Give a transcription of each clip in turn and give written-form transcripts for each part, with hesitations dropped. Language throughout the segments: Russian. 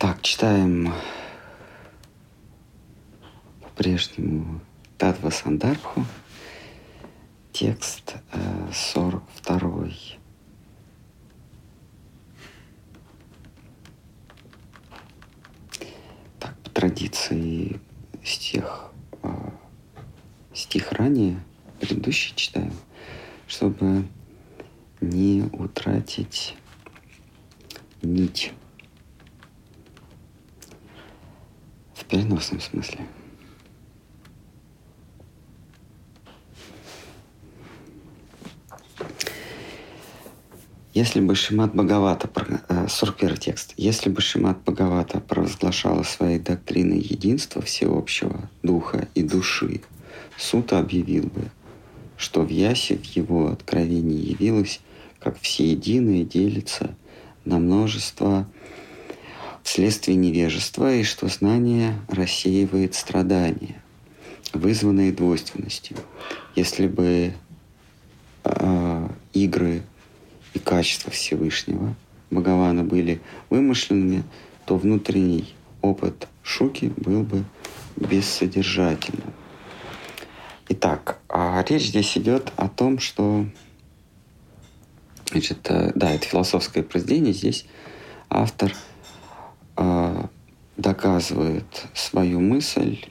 Так, читаем по-прежнему Таттва Сандarbhu, текст 42. Так, по традиции стих ранее, предыдущий читаем, чтобы не утратить нить. В переносном смысле. Если бы Шримад Бхагавата, 41 текст, если бы Шримад Бхагавата провозглашала своей доктрины единства всеобщего духа и души, Сута объявил бы, что в Ясе в его откровении явилось, как всеединое делится на множество вследствие невежества, и что знание рассеивает страдания, вызванные двойственностью. Если бы игры и качества Всевышнего Бхагавана были вымышленными, то внутренний опыт Шуки был бы бессодержательным. Итак, речь здесь идет о том, что, значит, это философское произведение. Здесь автор доказывает свою мысль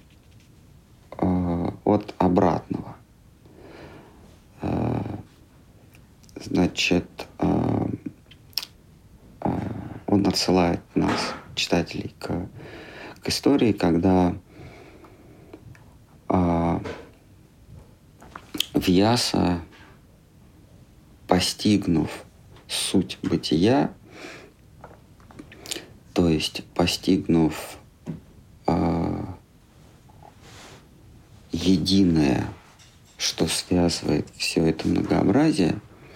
от обратного. Значит, он отсылает нас, читателей, к истории, когда Вьяса, постигнув суть бытия, то есть постигнув единое, что связывает все это многообразие,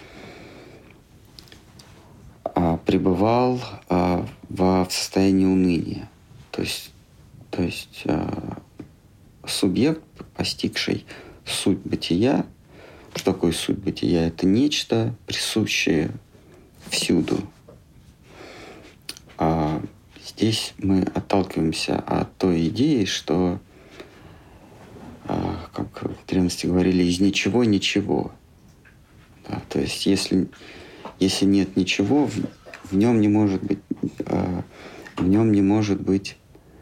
пребывал в состоянии уныния. То есть субъект, постигший суть бытия. Что такое суть бытия? Это нечто, присущее всюду. Здесь мы отталкиваемся от той идеи, что, как в древности говорили, из ничего ничего. Да, то есть если нет ничего, в нем не может быть,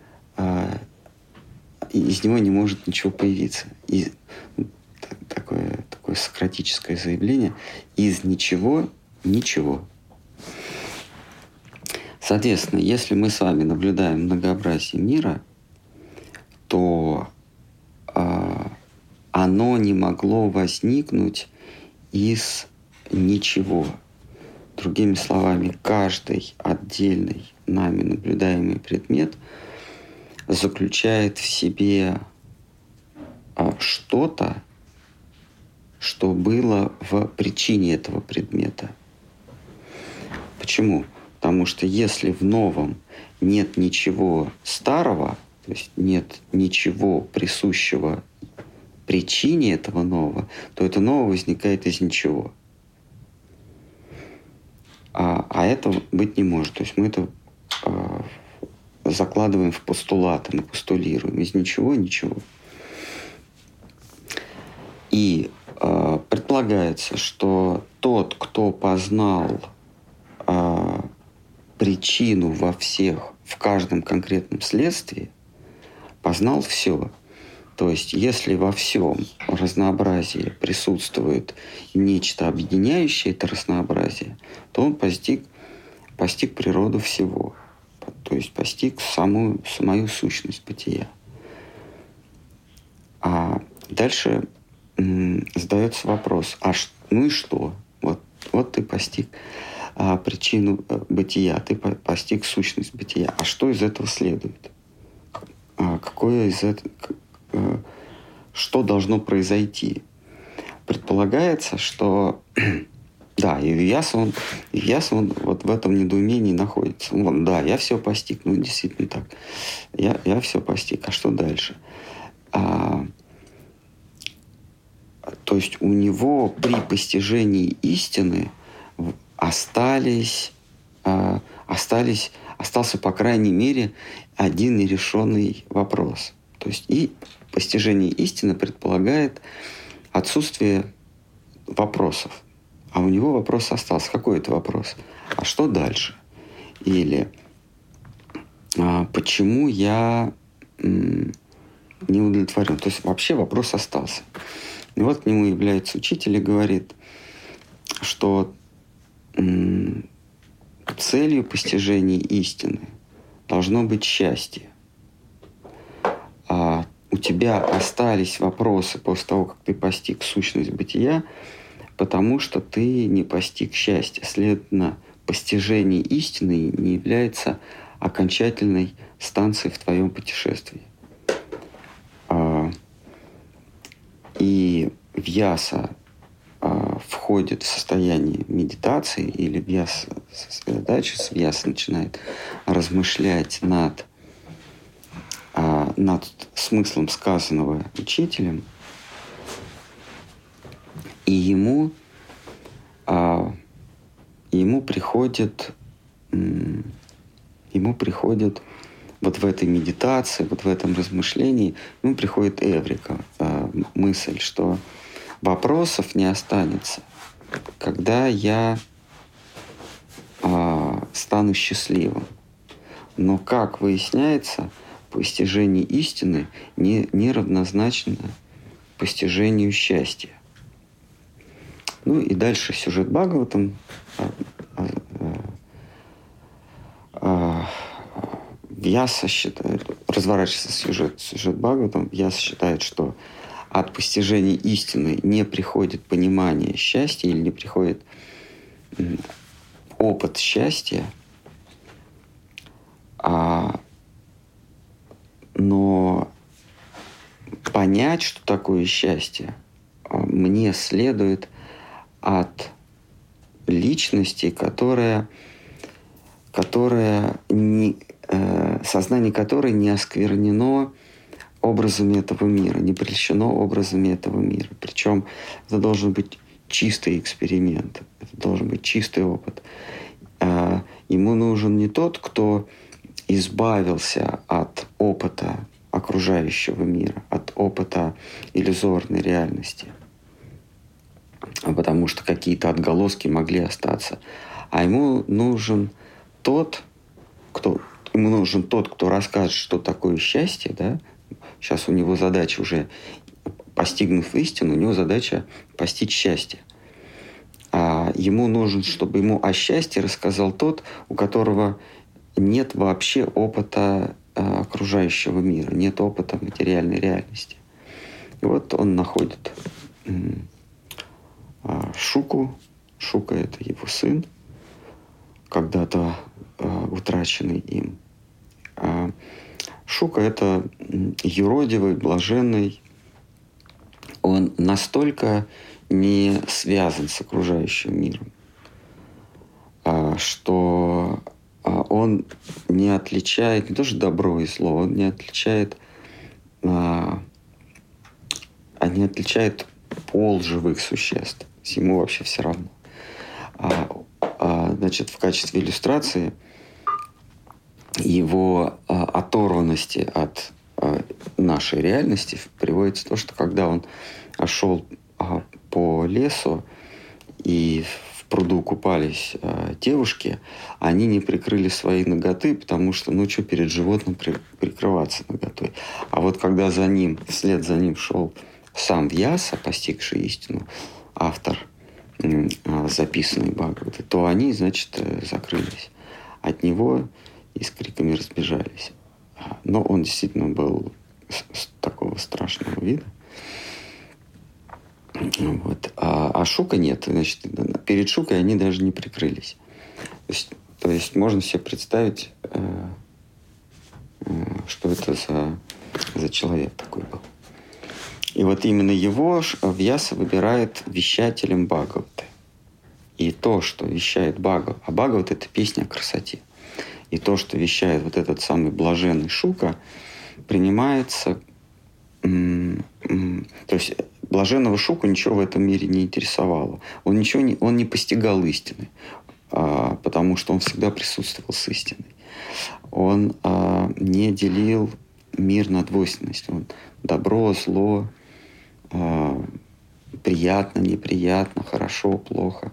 из него не может ничего появиться. И такое сократическое заявление: из ничего ничего. Соответственно, если мы с вами наблюдаем многообразие мира, то оно не могло возникнуть из ничего. Другими словами, каждый отдельный нами наблюдаемый предмет заключает в себе что-то, что было в причине этого предмета. Почему? Потому что если в новом нет ничего старого, то есть нет ничего присущего причине этого нового, то это новое возникает из ничего. А этого быть не может. То есть мы это закладываем в постулаты, мы постулируем. Из ничего ничего. И предполагается, что тот, кто познал причину в каждом конкретном следствии, познал все. То есть, если во всем разнообразии присутствует нечто объединяющее это разнообразие, то он постиг природу всего. То есть постиг самую сущность бытия. А дальше задается вопрос: ну и что? Вот ты постиг причину бытия, ты постиг сущность бытия. А что из этого следует? Какое из этого... Что должно произойти? Предполагается, что да, и Вьяса он вот в этом недоумении находится. Да, я все постиг, действительно так. Я все постиг. А что дальше? То есть у него при постижении истины остались остался, по крайней мере, один нерешенный вопрос. То есть и постижение истины предполагает отсутствие вопросов. А у него вопрос остался. Какой это вопрос? А что дальше? Или почему я не удовлетворен? То есть вообще вопрос остался. И вот к нему является учитель и говорит, что целью постижения истины должно быть счастье. А у тебя остались вопросы после того, как ты постиг сущность бытия, потому что ты не постиг счастья. Следовательно, постижение истины не является окончательной станцией в твоем путешествии. И Вьяса входит в состояние медитации, или Вьяса сосредотачивается, Вьяса начинает размышлять над смыслом сказанного учителем, и ему приходит вот в этой медитации, вот в этом размышлении, ему приходит эврика, мысль, что вопросов не останется, когда я стану счастливым. Но, как выясняется, постижение истины не равнозначно постижению счастья. Ну и дальше сюжет Бхагаватам Вьяса считает, разворачивается сюжет Бхагаватам, Вьяса считает, что от постижения истины не приходит понимание счастья или не приходит опыт счастья, но понять, что такое счастье, мне следует от личности, сознание которой не осквернено образами этого мира, не прельщено образами этого мира. Причем это должен быть чистый эксперимент, это должен быть чистый опыт. Ему нужен не тот, кто избавился от опыта окружающего мира, от опыта иллюзорной реальности, потому что какие-то отголоски могли остаться. А ему нужен тот, кто расскажет, что такое счастье, да? Сейчас у него задача уже, постигнув истину, у него задача постичь счастье. А ему нужен, чтобы ему о счастье рассказал тот, у которого нет вообще опыта окружающего мира, нет опыта материальной реальности. И вот он находит Шуку. Шука — это его сын, когда-то утраченный им. Шука — это юродивый, блаженный. Он настолько не связан с окружающим миром, что он не отличает не то что добро и зло, он не отличает пол живых существ. Ему вообще все равно. Значит, в качестве иллюстрации его оторванности от нашей реальности приводится то, что когда он шел по лесу и в пруду купались девушки, они не прикрыли свои наготы, потому что, что перед животным прикрываться наготой. А вот когда вслед за ним шел сам Вьяса, постигший истину, автор записанной Бхагаваты, то они, значит, закрылись от него и с криками разбежались. Но он действительно был такого страшного вида. Вот. А Шука нет. Значит, перед Шукой они даже не прикрылись. То есть можно себе представить, что это за человек такой был. И вот именно его Вьяса выбирает вещателем Бхагаваты. И то, что вещает Бхагават, а Бхагават — это песня о красоте. И то, что вещает вот этот самый блаженный Шука, принимается... То есть блаженного Шуку ничего в этом мире не интересовало. Он не постигал истины, потому что он всегда присутствовал с истиной. он не делил мир на двойственность. Он добро, зло, приятно, неприятно, хорошо, плохо.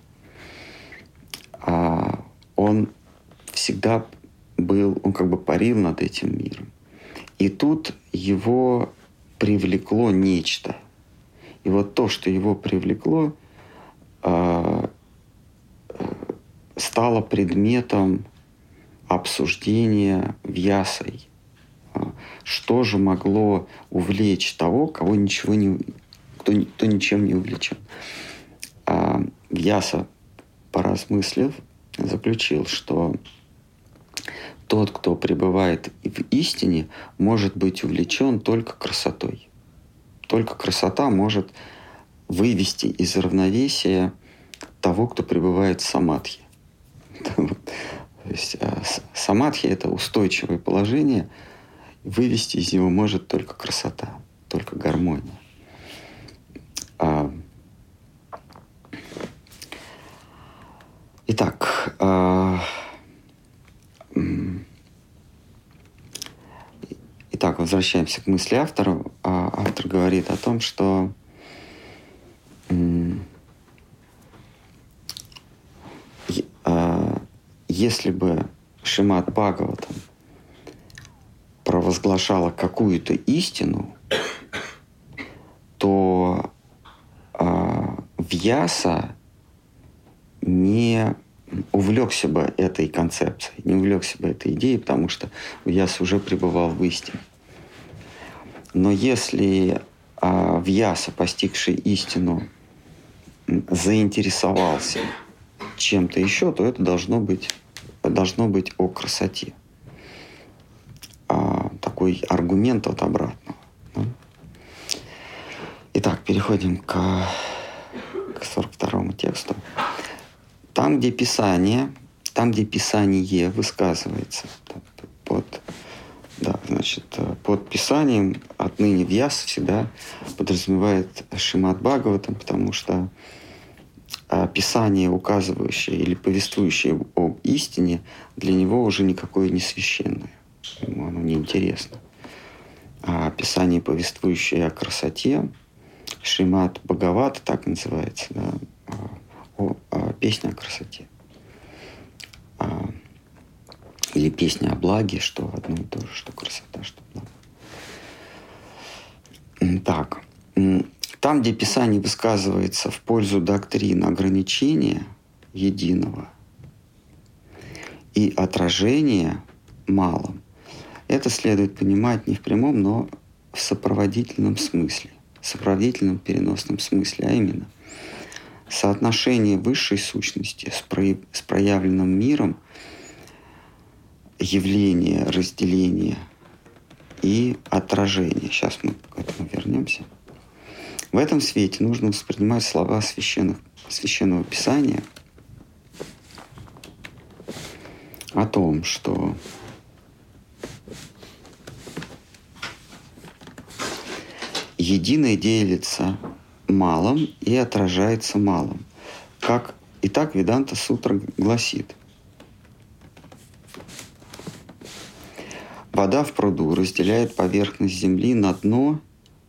Он всегда был, он как бы парил над этим миром. И тут его привлекло нечто. И вот то, что его привлекло, стало предметом обсуждения Вьясой. Что же могло увлечь того, кто ничем не увлечен? Вьяса, поразмыслив, заключил, что тот, кто пребывает в истине, может быть увлечен только красотой. Только красота может вывести из равновесия того, кто пребывает в самадхи. То есть самадхи — это устойчивое положение, вывести из него может только красота, только гармония. Итак, возвращаемся к мысли автора. Автор говорит о том, что если бы Шримад Бхагаватам провозглашала какую-то истину, то Вьяса не увлекся бы этой концепцией, не увлекся бы этой идеей, потому что Вьяса уже пребывал в истине. Но если Вьяса, постигший истину, заинтересовался чем-то еще, то это должно быть о красоте. Такой аргумент от обратного. Да? Итак, переходим к 42-му тексту. Там, где Писание высказывается под Писанием отныне Вьяса всегда подразумевает Шримад Бхагаватам, потому что Писание, указывающее или повествующее об истине, для него уже никакое не священное. Ему оно неинтересно. А Писание, повествующее о красоте, Шримад Бхагавата, так называется, да, песня о красоте. Или песня о благе, что одно и то же, что красота, что благо. Так. Там, где Писание высказывается в пользу доктрин ограничения единого и отражения малым, это следует понимать не в прямом, но в сопроводительном смысле, сопроводительном переносном смысле, а именно соотношение высшей сущности с проявленным миром, явление, разделение и отражение. Сейчас мы к этому вернемся. В этом свете нужно воспринимать слова Священного Писания о том, что единое делится малым и отражается малым. Итак, Веданта Сутра гласит: вода в пруду разделяет поверхность земли на дно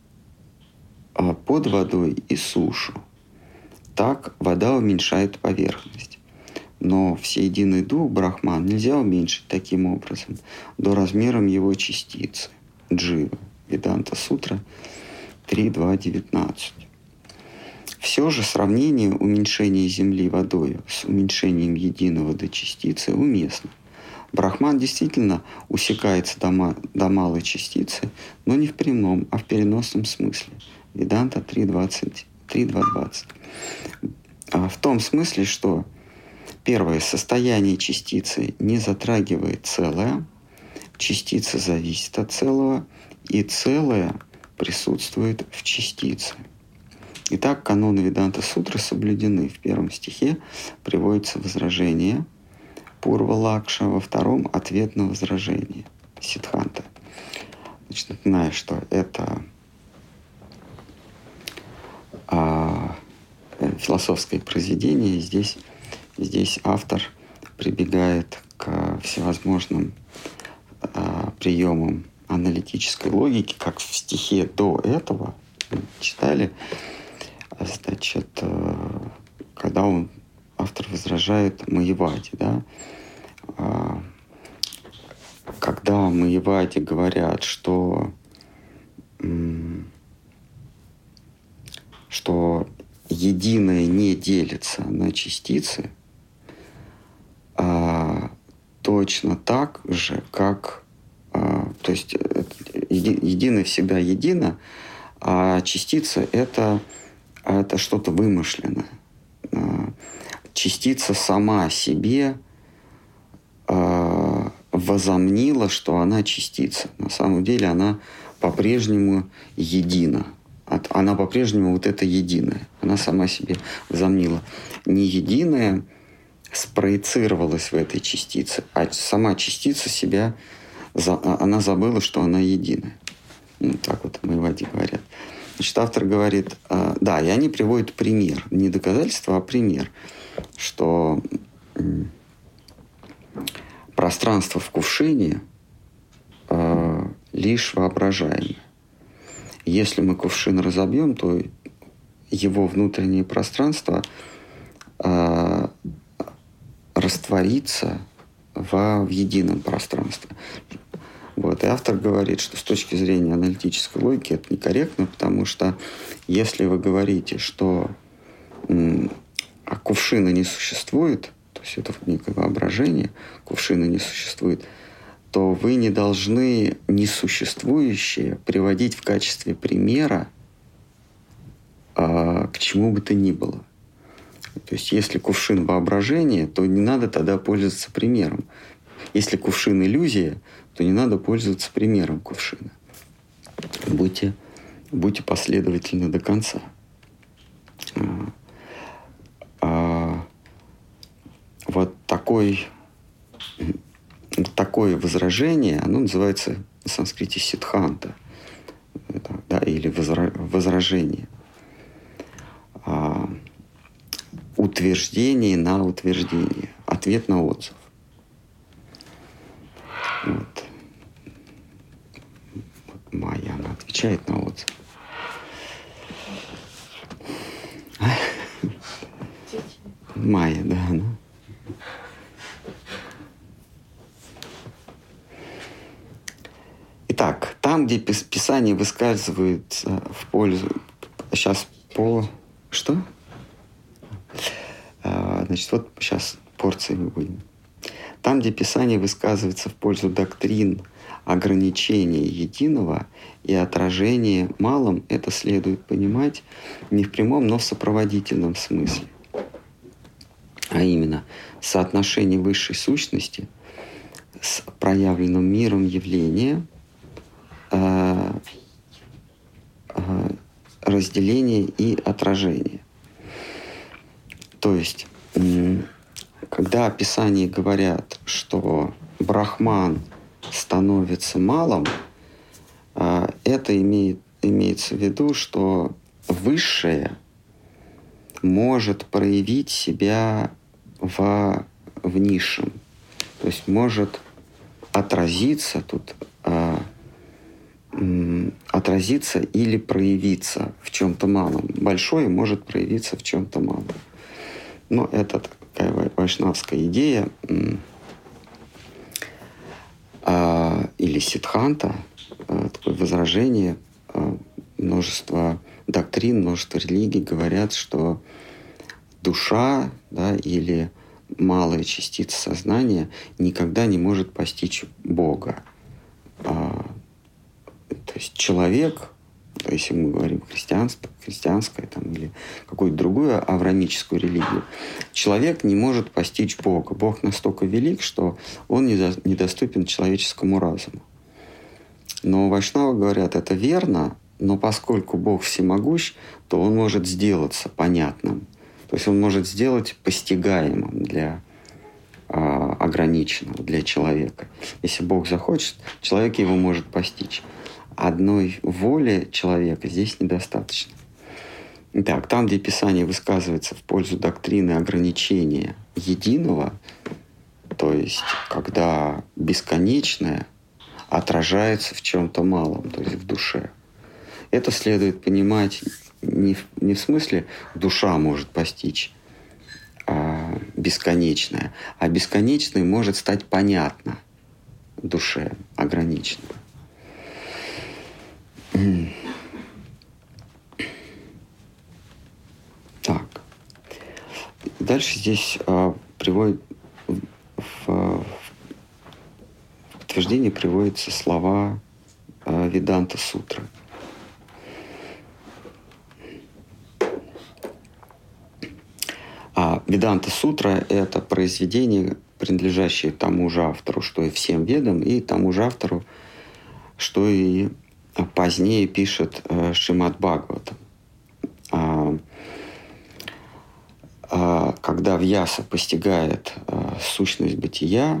под водой и сушу. Так вода уменьшает поверхность. Но всеединый дух Брахман нельзя уменьшить таким образом до размером его частицы дживы. Веданта Сутра 3.2.19. Все же сравнение уменьшения Земли водой с уменьшением единого до частицы уместно. Брахман действительно усекается до малой частицы, но не в прямом, а в переносном смысле. Веданта 3.2.20. В том смысле, что первое, состояние частицы не затрагивает целое, частица зависит от целого, и целое присутствует в частице. Итак, каноны Веданта Сутры соблюдены. В первом стихе приводится возражение Пурва Лакша, во втором — ответ на возражение Сиддханта. Значит, напоминаю, что это философское произведение. Здесь автор прибегает к всевозможным приемам аналитической логики, как в стихе до этого читали, значит, когда автор возражает Маеваде, да, когда Маеваде говорят, что единое не делится на частицы, точно так же, как... то есть единое всегда едино, а частица — это что-то вымышленное. Частица сама себе возомнила, что она частица. На самом деле она по-прежнему едина. Она по-прежнему вот это единое. Она сама себе возомнила. Не единое спроецировалась в этой частице, а сама частица себя, она забыла, что она единая. Ну, так вот Маеваде говорят. Значит, автор говорит, да, и они приводят пример, не доказательство, а пример, что пространство в кувшине лишь воображаемое. Если мы кувшин разобьем, то его внутреннее пространство растворится в едином пространстве. Вот. И автор говорит, что с точки зрения аналитической логики это некорректно, потому что если вы говорите, что кувшина не существует, то есть это некое воображение, кувшина не существует, то вы не должны несуществующее приводить в качестве примера к чему бы то ни было. То есть если кувшин воображение, то не надо тогда пользоваться примером. Если кувшин иллюзия, то не надо пользоваться примером кувшина. Будьте последовательны до конца. Вот такое возражение, оно называется на санскрите сиддханта, да, или возражение. Утверждение на утверждение, ответ на отзыв. Вот. Майя, она отвечает на отзыв. Майя, да, она. Итак, там, где Писание высказывается в пользу... Сейчас по... Что? Значит, вот сейчас порциями будем. Там, где Писание высказывается в пользу доктрин ограничения единого и отражения малым, это следует понимать не в прямом, но в сопроводительном смысле. А именно, соотношение высшей сущности с проявленным миром явления, разделение и отражение. То есть, когда в Писании говорят, что Брахман становится малым, это имеется в виду, что высшее может проявить себя в низшем. То есть может отразиться тут, отразиться или проявиться в чем-то малом. Большое может проявиться в чем-то малом. Но это такая вайшнавская идея или сиддханта, такое возражение. Множество доктрин, множество религий говорят, что душа, да, или малая частица сознания никогда не может постичь Бога. То есть человек, если мы говорим христианское там, или какую-то другую авраамическую религию, человек не может постичь Бога. Бог настолько велик, что он недоступен человеческому разуму. Но вайшнавы говорят, это верно, но поскольку Бог всемогущ, то он может сделаться понятным. То есть он может сделать постигаемым для ограниченного, для человека. Если Бог захочет, человек его может постичь. Одной воли человека здесь недостаточно. Итак, там, где Писание высказывается в пользу доктрины ограничения единого, то есть когда бесконечное отражается в чем-то малом, то есть в душе. Это следует понимать не в смысле душа может постичь бесконечное, а бесконечное может стать понятно душе ограниченной. Так. Дальше здесь приводит в подтверждение приводятся слова Веданта Сутры. Веданта Сутра — это произведение, принадлежащее тому же автору, что и всем ведам, и тому же автору, что и позднее пишет Шримад Бхагаватам. Когда Вьяса постигает сущность бытия,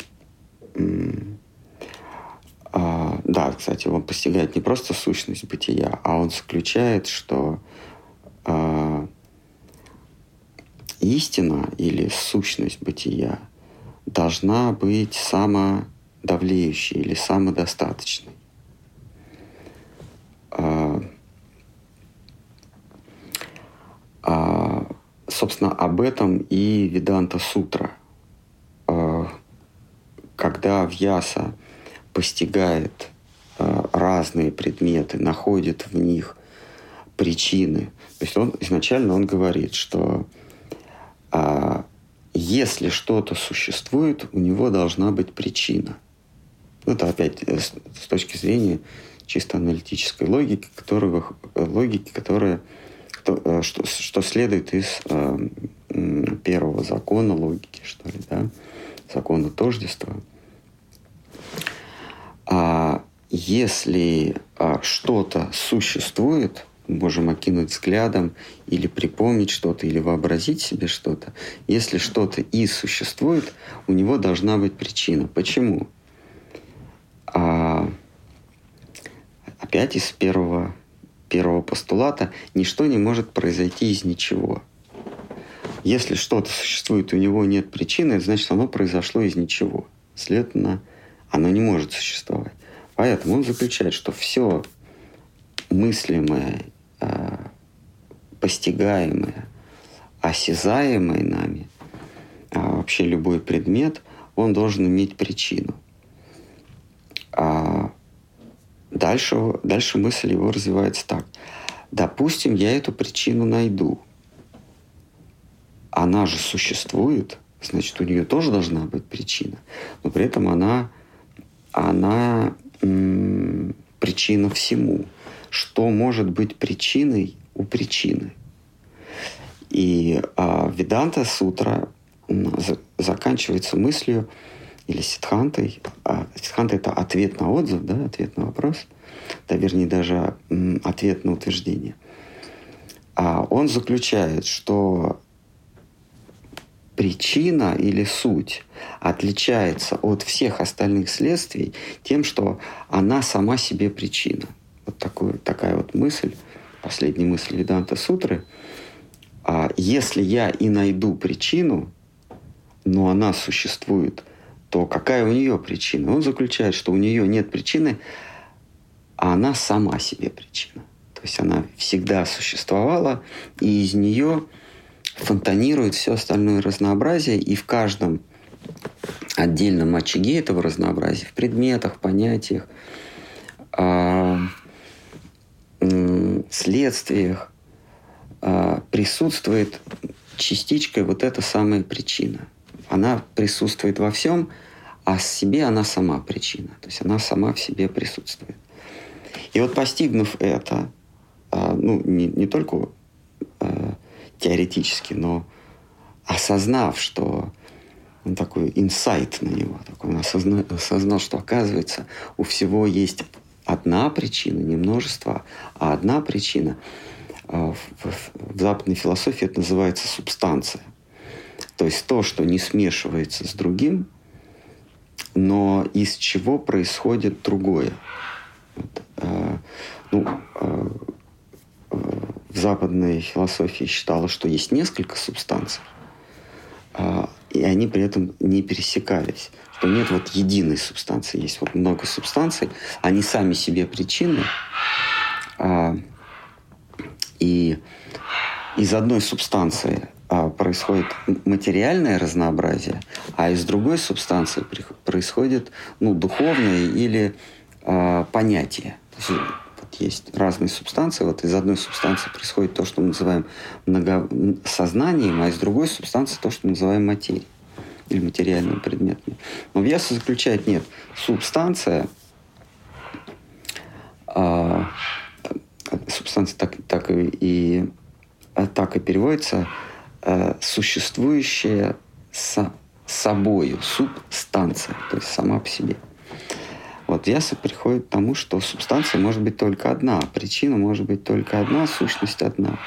да, кстати, он постигает не просто сущность бытия, а он заключает, что истина или сущность бытия должна быть самодавлеющей или самодостаточной. Собственно, об этом и Веданта Сутра. Когда Вьяса постигает разные предметы, находит в них причины, то есть изначально он говорит, что если что-то существует, у него должна быть причина. Это опять с точки зрения чисто аналитической логики, которая что следует из первого закона логики, что ли, да? Закона тождества. Если что-то существует, мы можем окинуть взглядом или припомнить что-то, или вообразить себе что-то. Если что-то и существует, у него должна быть причина. Почему? Опять из первого постулата: ничто не может произойти из ничего. Если что-то существует, у него нет причины, значит, оно произошло из ничего. Следовательно, оно не может существовать. Поэтому он заключает, что все мыслимое, постигаемое, осязаемое нами, вообще любой предмет, он должен иметь причину. Дальше мысль его развивается так. Допустим, я эту причину найду. Она же существует, значит, у нее тоже должна быть причина. Но при этом она причина всему. Что может быть причиной у причины? И Веданта Сутра заканчивается мыслью, или сиддхантой. Сиддханта — это ответ на отзыв, да, ответ на вопрос. Да, вернее, даже ответ на утверждение. Он заключает, что причина или суть отличается от всех остальных следствий тем, что она сама себе причина. Вот такая вот мысль, последняя мысль Веданта Сутры. Если я и найду причину, но она существует, то какая у нее причина? Он заключает, что у нее нет причины, а она сама себе причина. То есть она всегда существовала, и из нее фонтанирует все остальное разнообразие, и в каждом отдельном очаге этого разнообразия, в предметах, понятиях, следствиях присутствует частичкой вот эта самая причина. Она присутствует во всем, а в себе она сама причина. То есть она сама в себе присутствует. И вот постигнув это, не только теоретически, но осознав, что такой инсайт на него, такой, он осознал, что, оказывается, у всего есть одна причина, не множество, а одна причина. В западной философии это называется субстанция. То есть то, что не смешивается с другим, но из чего происходит другое. В западной философии считалось, что есть несколько субстанций. и они при этом не пересекались. Что нет вот единой субстанции. Есть вот много субстанций, они сами себе причины. И из одной субстанции происходит материальное разнообразие, а из другой субстанции происходит духовное или понятие. То есть, вот есть разные субстанции. Вот из одной субстанции происходит то, что мы называем сознанием, а из другой субстанции то, что мы называем материей или материальным предметом. Но Вьяса заключает, нет, субстанция, субстанция так и переводится, существующая собою, субстанция, то есть сама по себе. Вот Вьяса приходит к тому, что субстанция может быть только одна, причина может быть только одна, сущность одна.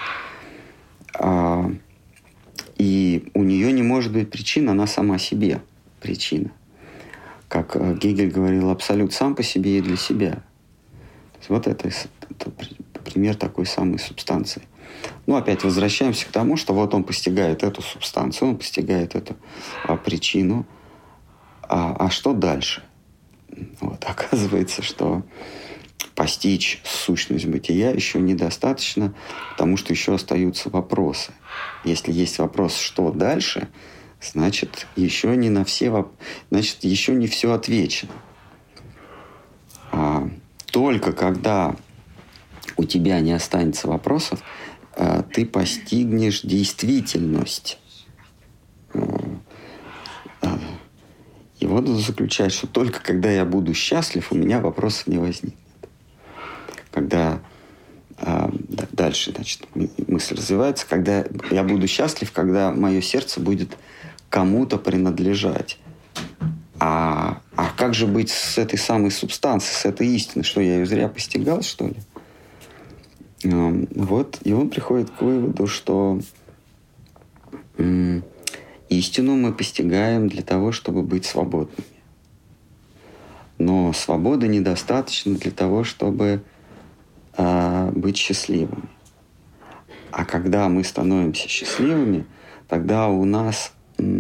И у нее не может быть причина, она сама себе причина. Как Гегель говорил, абсолют сам по себе и для себя. То есть вот это пример такой самой субстанции. Опять возвращаемся к тому, что вот он постигает эту субстанцию, он постигает эту причину. А что дальше? Вот, оказывается, что постичь сущность бытия еще недостаточно, потому что еще остаются вопросы. Если есть вопрос, что дальше, значит, еще не все отвечено. Только когда у тебя не останется вопросов, ты постигнешь действительность. И вот он заключает, что только когда я буду счастлив, у меня вопросов не возникнет. Когда дальше, значит, мысль развивается, когда я буду счастлив, когда мое сердце будет кому-то принадлежать. А как же быть с этой самой субстанцией, с этой истиной? Что, я ее зря постигал, что ли? Вот, и он приходит к выводу, что истину мы постигаем для того, чтобы быть свободными. Но свободы недостаточно для того, чтобы быть счастливыми. А когда мы становимся счастливыми, тогда у нас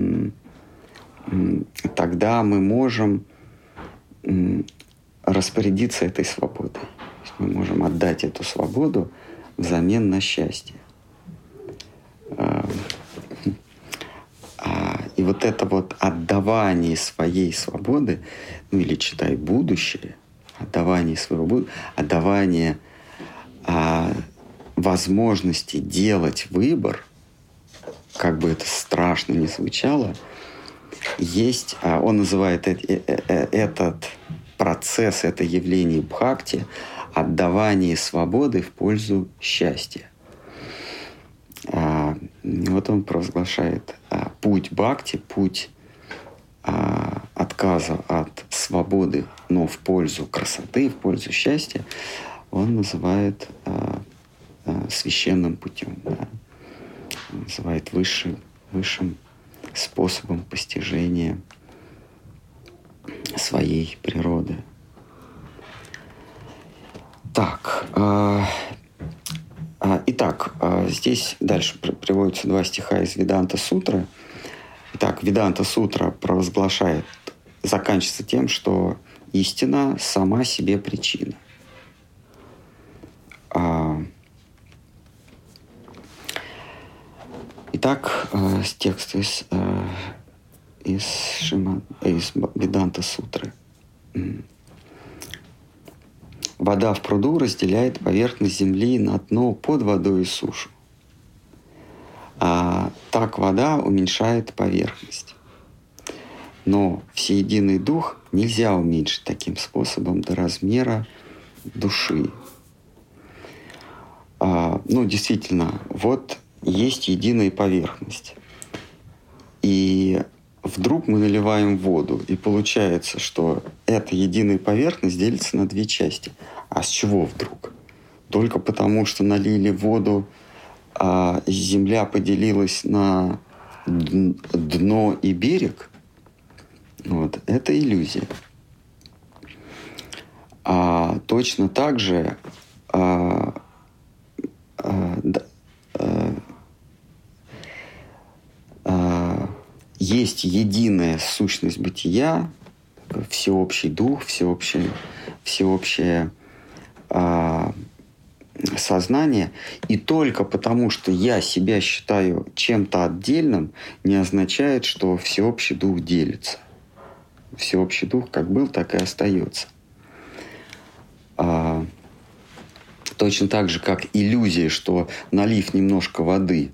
тогда мы можем распорядиться этой свободой. То есть мы можем отдать эту свободу взамен на счастье. И вот это вот отдавание своей свободы, или читай будущее, отдавание своего будущего, отдавание возможности делать выбор, как бы это страшно ни звучало, есть, он называет этот процесс, это явление бхакти, отдавание свободы в пользу счастья. Вот он провозглашает путь бхакти, путь отказа от свободы, но в пользу красоты, в пользу счастья, он называет священным путем. Да? Он называет высшим способом постижения своей природы. Так, итак, здесь дальше приводятся 2 стиха из Веданта Сутры. Итак, Веданта Сутра провозглашает, заканчивается тем, что истина сама себе причина. Итак, текст из Веданта Сутры. Вода в пруду разделяет поверхность земли на дно под водой и сушу. Так вода уменьшает поверхность. Но всеединый дух нельзя уменьшить таким способом до размера души. Действительно, вот есть единая поверхность. И вдруг мы наливаем воду, и получается, что эта единая поверхность делится на 2 части. А с чего вдруг? Только потому, что налили воду, земля поделилась на дно и берег? Вот. Это иллюзия. Точно так же есть единая сущность бытия, всеобщий дух, всеобщее сознание, и только потому, что я себя считаю чем-то отдельным, не означает, что всеобщий дух делится. Всеобщий дух как был, так и остается. Точно так же, как иллюзия, что налив немножко воды,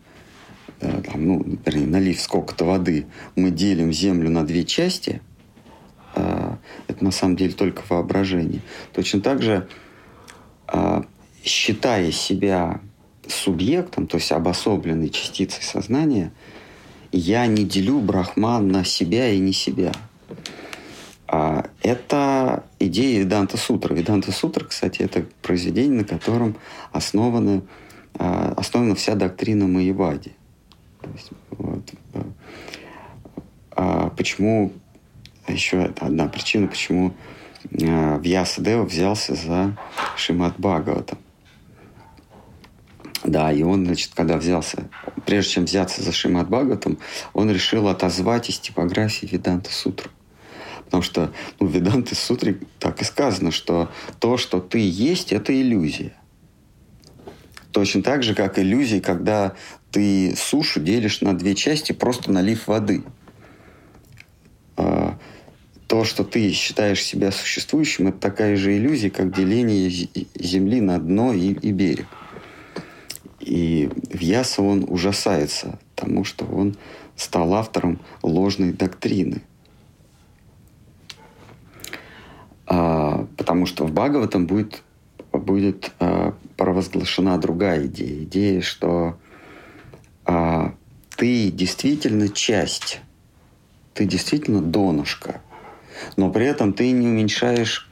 налив сколько-то воды, мы делим Землю на две части, это на самом деле только воображение. Точно так же, считая себя субъектом, то есть обособленной частицей сознания, я не делю Брахман на себя и не себя. Это идея Веданта-сутры. Веданта-сутра, кстати, это произведение, на котором основана вся доктрина Майявади. То есть, почему, еще одна причина, почему Вьясадева взялся за Шримад Бхагаватам. Да, и он, когда прежде чем взяться за Шримад Бхагаватам, он решил отозвать из типографии Веданта-сутру. Потому что в Веданта-сутре так и сказано, что то, что ты есть, это иллюзия. Точно так же, как иллюзия, когда ты сушу делишь на две части, просто налив воды. То, что ты считаешь себя существующим, это такая же иллюзия, как деление земли на дно и берег. И Вьяса, он ужасается тому, что он стал автором ложной доктрины. Потому что в Бхагаватам будет провозглашена другая идея. Идея, что ты действительно часть, ты действительно донышко, но при этом ты не уменьшаешь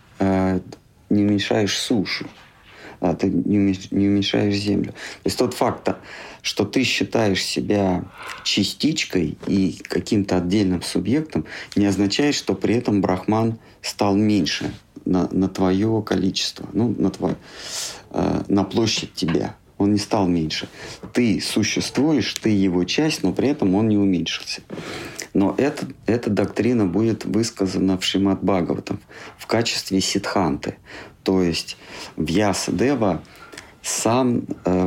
сушу, ты не уменьшаешь землю. То есть тот факт, что ты считаешь себя частичкой и каким-то отдельным субъектом, не означает, что при этом Брахман стал меньше на твое количество, на площадь тебя. Он не стал меньше. Ты существуешь, ты его часть, но при этом он не уменьшился. Но эта доктрина будет высказана в Шримад Бхагаватам в качестве сиддханты. То есть Вьясадева сам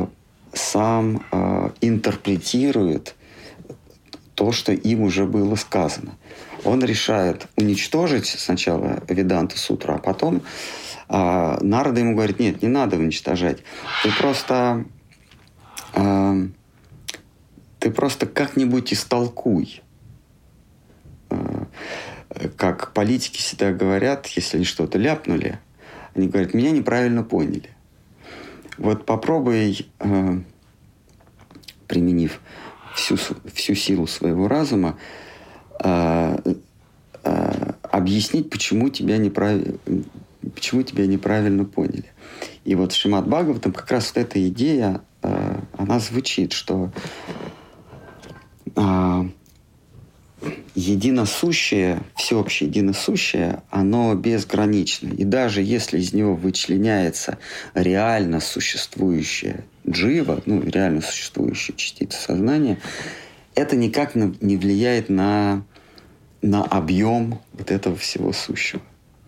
интерпретирует то, что им уже было сказано. Он решает уничтожить сначала Веданта-сутру, а потом Нарада ему говорит: нет, не надо уничтожать. Ты просто как-нибудь истолкуй. Как политики всегда говорят, если они что-то ляпнули, они говорят: меня неправильно поняли. Вот попробуй, применив всю силу своего разума, объяснить, почему тебя неправильно поняли. И вот в Шримад Бхагаватам как раз вот эта идея, она звучит, что единосущее, всеобщее единосущее, оно безгранично. И даже если из него вычленяется реально существующая джива, реально существующая частица сознания, это никак не влияет на объем вот этого всего сущего.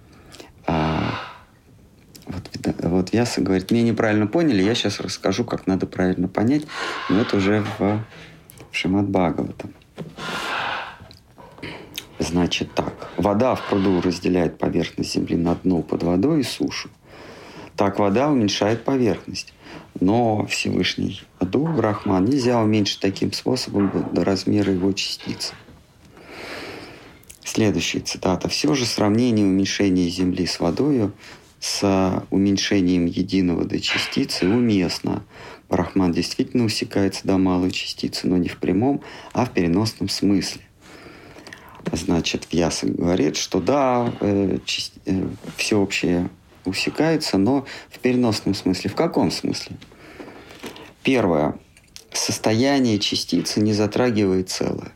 Вот Вьяса говорит: меня неправильно поняли, я сейчас расскажу, как надо правильно понять, но это уже в Шримад Бхагаватам. Значит так. Вода в пруду разделяет поверхность земли на дно под водой и сушу. Так вода уменьшает поверхность. Но Всевышний Дух Брахман нельзя уменьшить таким способом до размера его частицы. Следующая цитата. «Все же сравнение уменьшения Земли с водою с уменьшением единого до частицы уместно. Брахман действительно усекается до малой частицы, но не в прямом, а в переносном смысле». Значит, Вьяса говорит, что да, всеобщее усекается, но в переносном смысле. В каком смысле? Первое. Состояние частицы не затрагивает целое.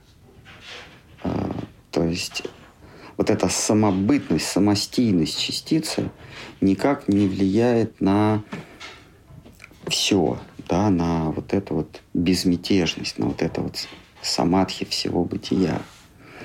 То есть вот эта самобытность, самостийность частицы никак не влияет на все, да, на вот эту вот безмятежность, на вот это вот самадхи всего бытия.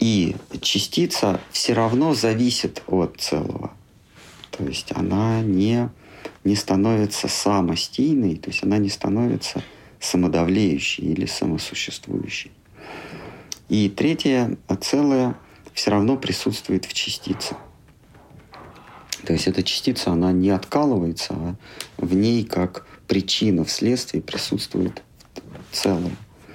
И частица все равно зависит от целого. То есть она не становится самостийной, то есть она не становится самодавлеющей или самосуществующей. И третье, целое все равно присутствует в частице. То есть эта частица, она не откалывается, а в ней как причина вследствие присутствует целое.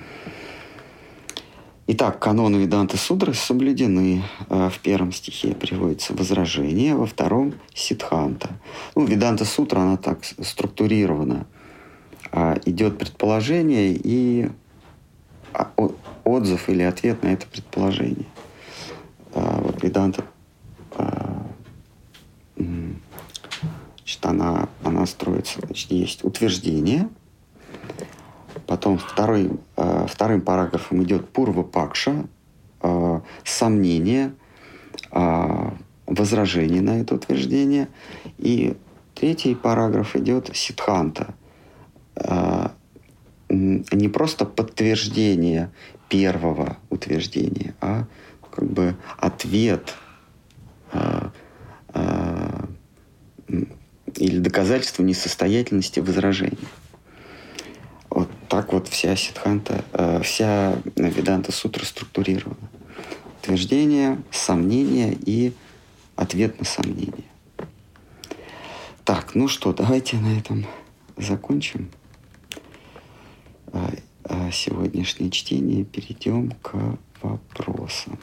Итак, каноны Веданты Сутры соблюдены. В первом стихе приводится возражение, во втором — сиддханта. Веданта Сутра, она так структурирована. Идет предположение и отзыв или ответ на это предположение. Вот Веданта, значит, она строится, значит, есть утверждение. Потом вторым параграфом идет Пурва Пакша, сомнение, возражение на это утверждение. И третий параграф идет Сиддханта. Не просто подтверждение первого утверждения, а как бы ответ или доказательство несостоятельности возражения. Вот так вот вся Сиддханта, вся Веданта Сутра структурирована. Утверждение, сомнение и ответ на сомнение. Так, ну что, давайте на этом закончим сегодняшнее чтение. Перейдем к вопросам.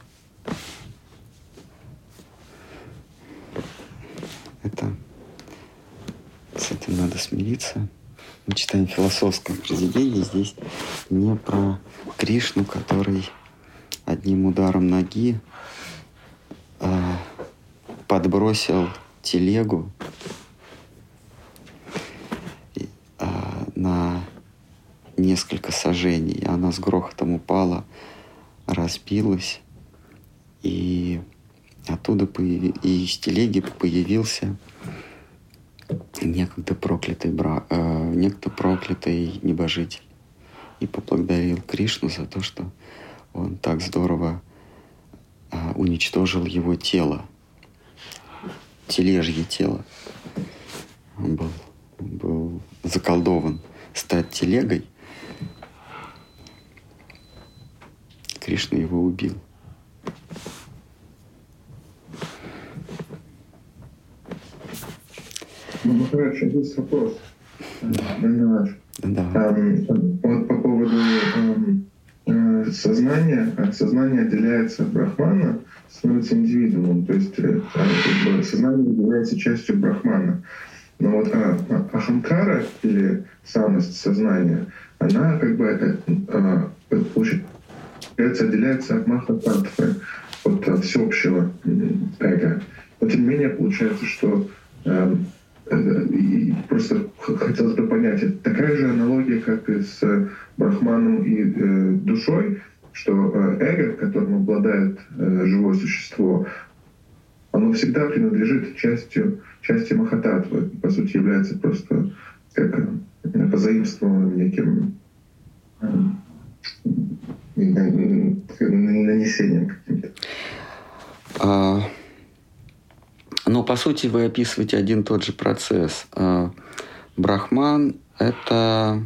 С этим надо смириться. Мы читаем философское произведение. Здесь не про Кришну, который одним ударом ноги подбросил телегу на несколько сажений. Она с грохотом упала, разбилась, и оттуда из телеги появился некогда проклятый небожитель и поблагодарил Кришну за то, что он так здорово уничтожил его тело, тележье тело. Он был заколдован стать телегой. Кришна его убил. Ну, хорошо, есть вопрос. Да. Вот по поводу сознания. Сознание отделяется от брахмана, становится индивидуумом. То есть сознание является частью брахмана. Но вот аханкара или самость сознания, она как бы получается отделяется от махататтвы, от всеобщего эго. Но тем не менее получается, что и просто хотелось бы понять, это такая же аналогия, как и с брахманом и душой, что эго, которым обладает живое существо, оно всегда принадлежит части махататтвы, по сути является просто как позаимствованным неким нанесением каким-то. Ну, по сути, вы описываете один и тот же процесс. Брахман — это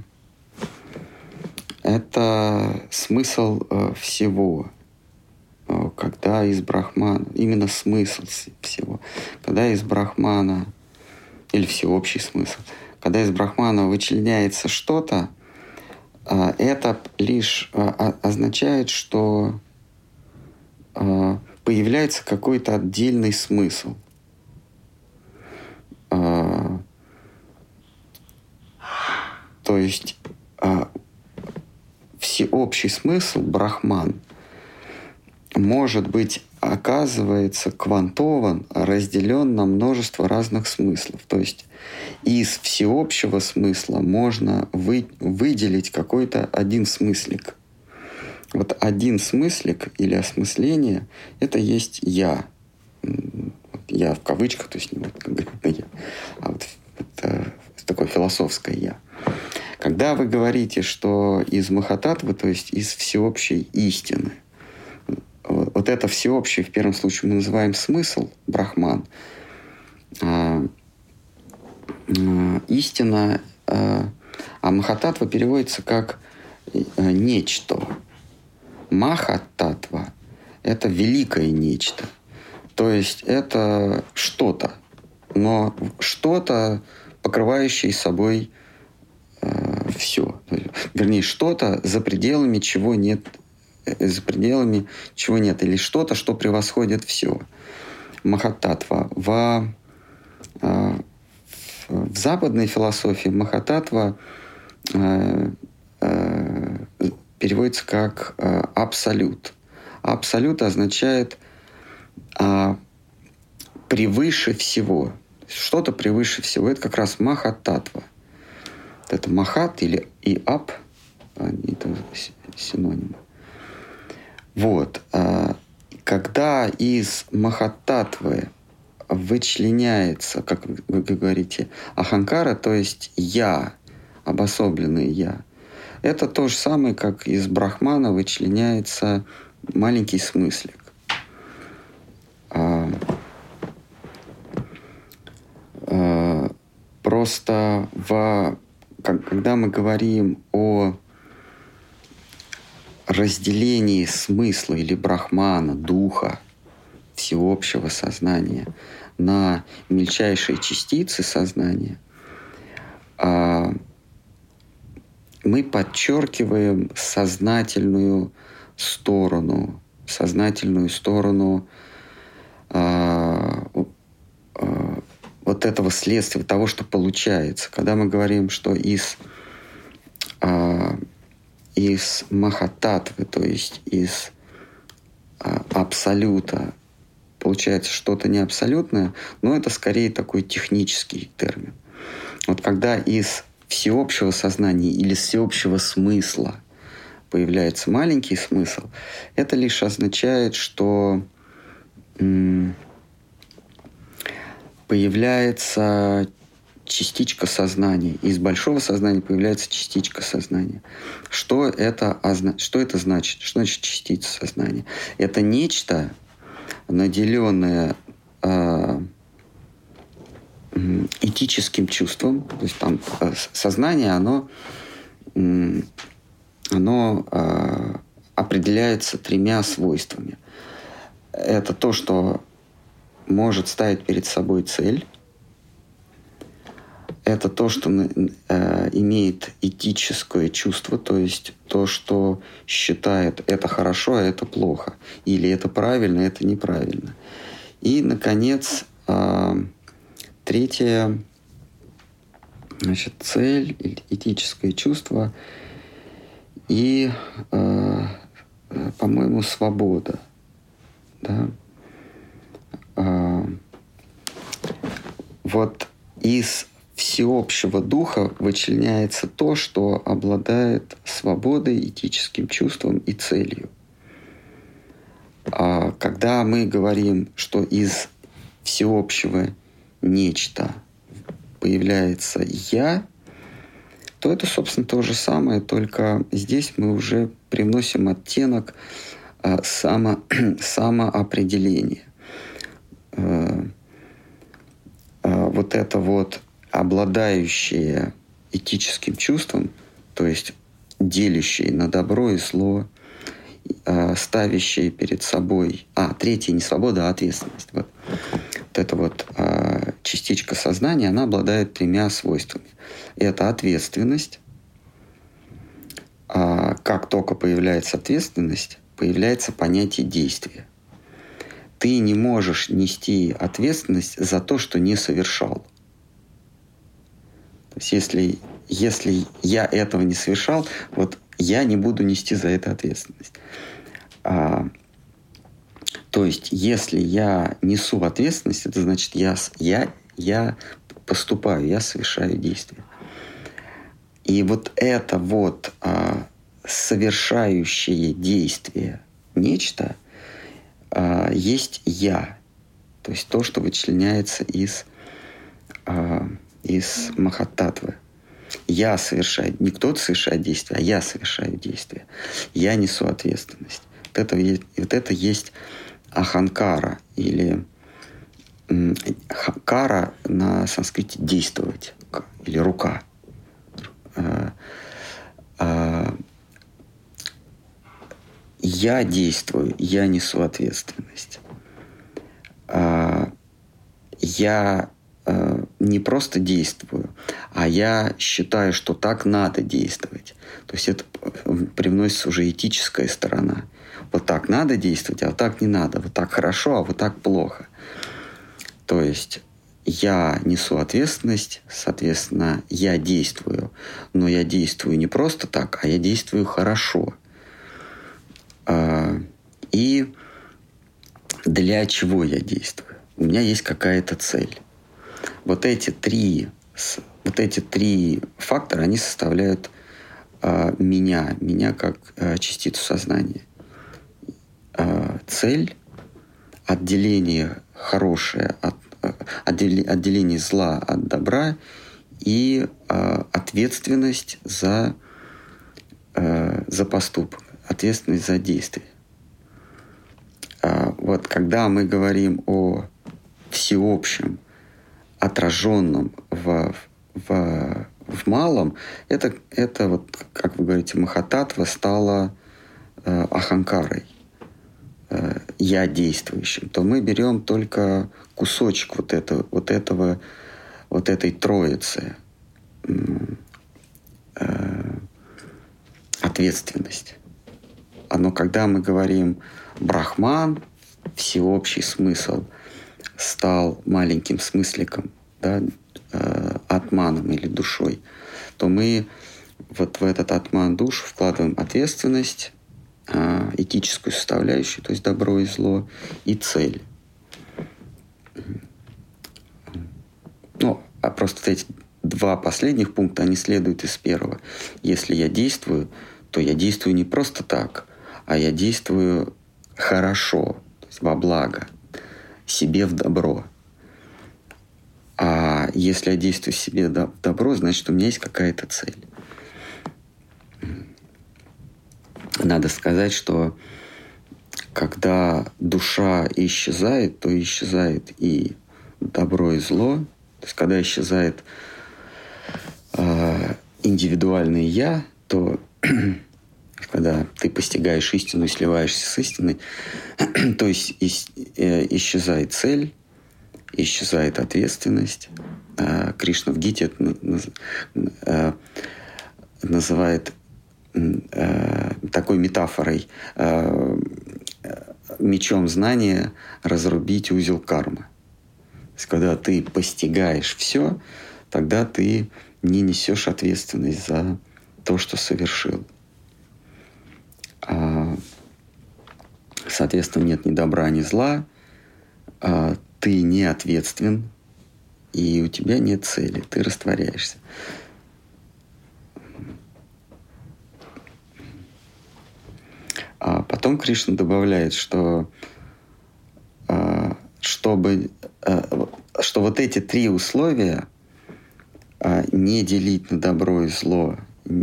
смысл всего. Когда из брахмана, именно смысл всего, когда из брахмана, или всеобщий смысл, когда из брахмана вычленяется что-то, это лишь означает, что появляется какой-то отдельный смысл. То есть всеобщий смысл, брахман, может быть, оказывается, квантован, разделен на множество разных смыслов. То есть из всеобщего смысла можно выделить какой-то один смыслик. Вот один смыслик или осмысление — это есть «я». «Я» в кавычках, то есть не вот конкретно «я», а вот это такое философское «я». Когда вы говорите, что из махататтвы, то есть из всеобщей истины, вот это всеобщее, в первом случае мы называем смысл, брахман, истина, а махататва переводится как нечто. Махататва – это великое нечто. То есть это что-то, но что-то, покрывающее собой все. Вернее, что-то, за пределами чего нет, или что-то, что превосходит все. Махататва. В западной философии махататва переводится как абсолют. Абсолют означает превыше всего. Что-то превыше всего. Это как раз махататва. Это махат или и ап, это синонимы. Вот. Когда из махататвы вычленяется, как вы говорите, аханкара, то есть я, обособленное я, это то же самое, как из брахмана вычленяется маленький смыслик. Просто когда мы говорим о разделении смысла или брахмана, духа, всеобщего сознания на мельчайшие частицы сознания, мы подчеркиваем сознательную сторону вот этого следствия, того, что получается. Когда мы говорим, что из махататвы, то есть из абсолюта, получается что-то не абсолютное, но это скорее такой технический термин. Вот когда из всеобщего сознания или всеобщего смысла появляется маленький смысл, это лишь означает, что появляется частичка сознания. Из большого сознания появляется частичка сознания. Что это значит? Что значит частица сознания? Это нечто, наделенное этическим чувством. То есть там сознание, оно определяется 3 свойствами. Это то, что может ставить перед собой цель. Это то, что имеет этическое чувство, то есть то, что считает это хорошо, а это плохо. Или это правильно, а это неправильно. И, наконец, 3-я, цель, этическое чувство и, по-моему, свобода. Да? Вот из всеобщего духа вычленяется то, что обладает свободой, этическим чувством и целью. А когда мы говорим, что из всеобщего нечто появляется «я», то это, собственно, то же самое, только здесь мы уже привносим оттенок самоопределения. Вот это вот обладающее этическим чувством, то есть делящее на добро и зло, ставящее перед собой... 3-я не свобода, а ответственность. Вот эта вот частичка сознания, она обладает 3 свойствами. Это ответственность. Как только появляется ответственность, появляется понятие действия. Ты не можешь нести ответственность за то, что не совершал. То есть если я этого не совершал, вот я не буду нести за это ответственность. То есть если я несу ответственность, это значит я поступаю, я совершаю действие. И вот это вот совершающее действие нечто есть я. То есть то, что вычленяется из махататвы. Я совершаю, не кто-то совершает действие, а я совершаю действие. Я несу ответственность. Вот это есть аханкара, или кара на санскрите действовать, или рука. Я действую, я несу ответственность. Я не просто действую, а я считаю, что так надо действовать. То есть это привносится уже этическая сторона. Вот так надо действовать, а вот так не надо. Вот так хорошо, а вот так плохо. То есть я несу ответственность, соответственно, я действую. Но я действую не просто так, а я действую хорошо. И для чего я действую? У меня есть какая-то цель. Вот эти три фактора, они составляют меня как частицу сознания. Цель, отделение хорошее от отделение зла от добра и ответственность за поступок, ответственность за действие. Вот когда мы говорим о всеобщем, отраженном в малом, это вот, как вы говорите, махататтва стала аханкарой, я действующим, то мы берем только кусочек вот этой троицы, ответственность. Но когда мы говорим брахман, всеобщий смысл стал маленьким смысликом, да, атманом или душой, то мы вот в этот атман душу вкладываем ответственность, этическую составляющую, то есть добро и зло, и цель. Ну, а просто эти два последних пункта, они следуют из первого. Если я действую, то я действую не просто так, а я действую хорошо, то есть во благо, себе в добро. А если я действую себе в добро, значит, у меня есть какая-то цель. Надо сказать, что когда душа исчезает, то исчезает и добро, и зло. То есть когда исчезает индивидуальное «я», то когда ты постигаешь истину и сливаешься с истиной, то есть исчезает цель, исчезает ответственность. Кришна в Гите это называет такой метафорой мечом знания разрубить узел кармы. То есть, когда ты постигаешь все, тогда ты не несешь ответственность за то, что совершил. Соответственно, нет ни добра, ни зла, ты не ответственен, и у тебя нет цели, ты растворяешься. А потом Кришна добавляет, что что вот эти три условия, не делить на добро и зло,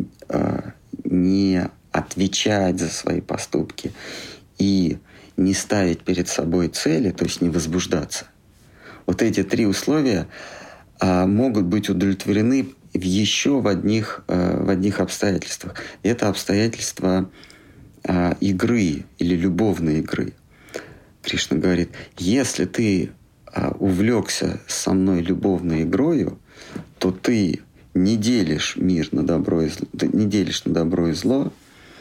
не отвечать за свои поступки и не ставить перед собой цели, то есть не возбуждаться. Вот эти три условия могут быть удовлетворены еще в одних обстоятельствах. Это обстоятельства игры или любовной игры. Кришна говорит, если ты увлекся со мной любовной игрою, то ты не делишь мир на добро и зло, не делишь на добро и зло,